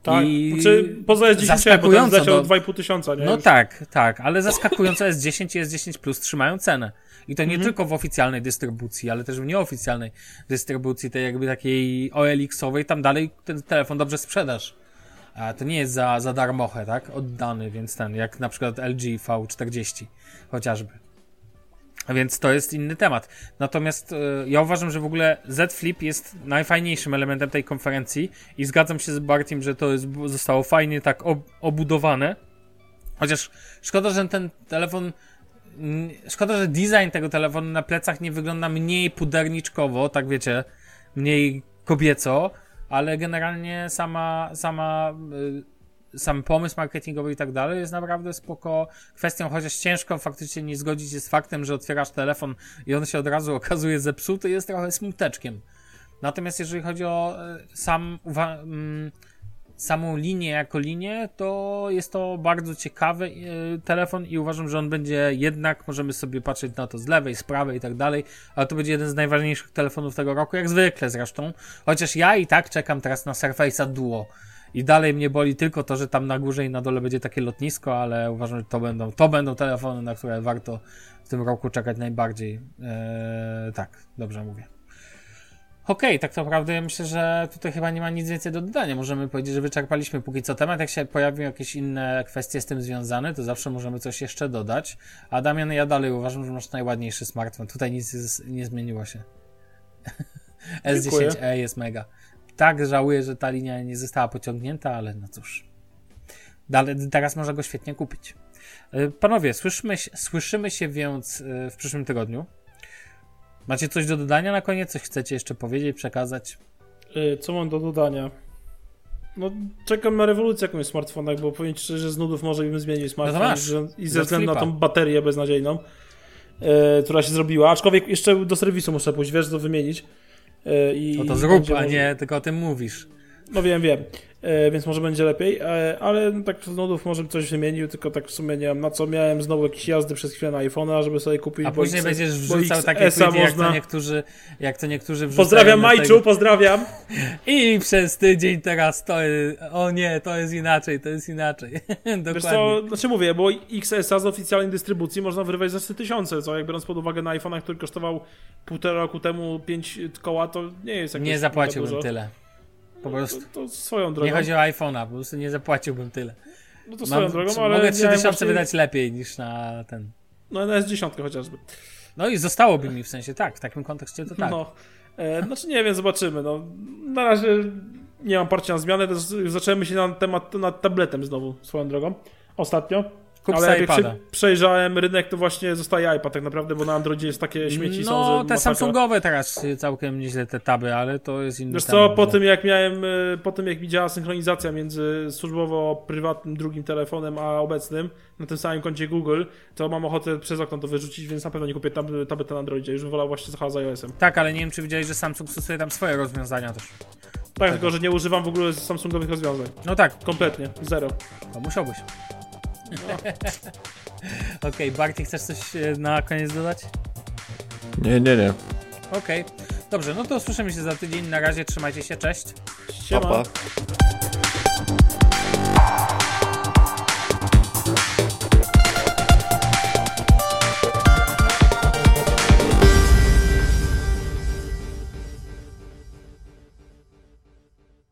S3: Tak,
S2: I
S3: znaczy poza S dziesięć, bo ten zleciał do... dwa i pół tysiąca, nie?
S2: No
S3: Już.
S2: tak, tak, ale zaskakująco S dziesięć i S dziesięć Plus trzymają cenę. I to nie mhm. tylko w oficjalnej dystrybucji, ale też w nieoficjalnej dystrybucji, tej jakby takiej O L X-owej, tam dalej ten telefon dobrze sprzedasz. A to nie jest za, za darmochę, tak? Oddany, więc ten, jak na przykład L G V czterdzieści chociażby. Więc to jest inny temat. Natomiast y, ja uważam, że w ogóle Z Flip jest najfajniejszym elementem tej konferencji i zgadzam się z Bartim, że to jest, zostało fajnie tak ob, obudowane. Chociaż szkoda, że ten telefon m, szkoda, że design tego telefonu na plecach nie wygląda mniej puderniczkowo, tak wiecie, mniej kobieco, ale generalnie sama sama y, sam pomysł marketingowy i tak dalej jest naprawdę spoko kwestią, chociaż ciężko faktycznie nie zgodzić się z faktem, że otwierasz telefon i on się od razu okazuje zepsuty, jest trochę smuteczkiem. Natomiast jeżeli chodzi o sam uwa- m, samą linię jako linię, to jest to bardzo ciekawy y, telefon i uważam, że on będzie jednak, możemy sobie patrzeć na to z lewej, z prawej i tak dalej, ale to będzie jeden z najważniejszych telefonów tego roku, jak zwykle zresztą. Chociaż ja i tak czekam teraz na Surface'a Duo. I dalej mnie boli tylko to, że tam na górze i na dole będzie takie lotnisko, ale uważam, że to będą, to będą telefony, na które warto w tym roku czekać najbardziej. Eee, tak, dobrze mówię. Okej, okay, tak naprawdę ja myślę, że tutaj chyba nie ma nic więcej do dodania. Możemy powiedzieć, że wyczerpaliśmy póki co temat. Jak się pojawią jakieś inne kwestie z tym związane, to zawsze możemy coś jeszcze dodać. A Damian, ja dalej uważam, że masz najładniejszy smartfon. Tutaj nic nie zmieniło się. S dziesięć e jest mega. Tak, żałuję, że ta linia nie została pociągnięta, ale no cóż. Dalej, teraz można go świetnie kupić. Panowie, słyszymy się, słyszymy się więc w przyszłym tygodniu. Macie coś do dodania na koniec? Coś chcecie jeszcze powiedzieć, przekazać?
S3: Co mam do dodania? No, czekam na rewolucję jakąś w smartfonach, bo powiem szczerze, że z nudów może bym zmienił smartfon no że, i ze względu na tą baterię beznadziejną, yy, która się zrobiła. Aczkolwiek jeszcze do serwisu muszę pójść, wiesz, to wymienić. I,
S2: no to zrób, a może... nie tylko o tym mówisz.
S3: No wiem, wiem, e, więc może będzie lepiej, e, ale no, tak z nudów może bym coś wymienił, tylko tak w sumie nie wiem na co. Miałem znowu jakieś jazdy przez chwilę na iPhone'a, żeby sobie kupić.
S2: A później
S3: X,
S2: będziesz wrzucał takie tweety, można... jak to niektórzy, jak to niektórzy wrzucają.
S3: Pozdrawiam Majczu, tego... pozdrawiam.
S2: I przez tydzień teraz to jest, o nie, to jest inaczej, to jest inaczej. Dokładnie.
S3: Wiesz co, znaczy mówię, bo X S a z oficjalnej dystrybucji można wyrwać za trzy tysiące, co jak biorąc pod uwagę na iPhone'a, który kosztował półtora roku temu pięć koła, to nie jest jakoś
S2: nie zapłaciłbym tyle. Po prostu.
S3: To, to swoją drogą.
S2: Nie chodzi o iPhone'a, po prostu nie zapłaciłbym tyle.
S3: No to swoją Mam, drogą, ale...
S2: Mogę trzy tysiące właśnie... wydać lepiej niż na ten...
S3: No na S dziesięć chociażby.
S2: No i zostałoby mi w sensie, tak, w takim kontekście to tak.
S3: No, e, znaczy nie wiem, zobaczymy. No, na razie nie mam parcia na zmianę, też zacząłem się na temat nad tabletem znowu, swoją drogą, ostatnio.
S2: Kup
S3: ale jak przy, przejrzałem rynek, to właśnie zostaje iPad tak naprawdę, bo na Androidzie jest takie śmieci
S2: no,
S3: są, że
S2: No, te
S3: masakra.
S2: Samsungowe teraz całkiem nieźle te taby, ale to jest inny
S3: Wiesz
S2: temat.
S3: co, po tym jak miałem, po tym jak mi działa synchronizacja między służbowo-prywatnym drugim telefonem, a obecnym, na tym samym koncie Google, to mam ochotę przez okno to wyrzucić, więc na pewno nie kupię tab tableta na Androidzie, już bym wolał właśnie z iOS-em.
S2: Tak, ale nie wiem, czy widziałeś, że Samsung stosuje tam swoje rozwiązania też.
S3: Tak, tak, tylko że nie używam w ogóle Samsungowych rozwiązań.
S2: No tak.
S3: Kompletnie, zero.
S2: To musiałbyś. No. Okej, okay, Barty, chcesz coś na koniec dodać?
S4: Nie, nie, nie.
S2: Okej, okay. Dobrze, no to słyszymy się za tydzień. Na razie, trzymajcie się, cześć.
S3: Siema.
S4: Pa, pa.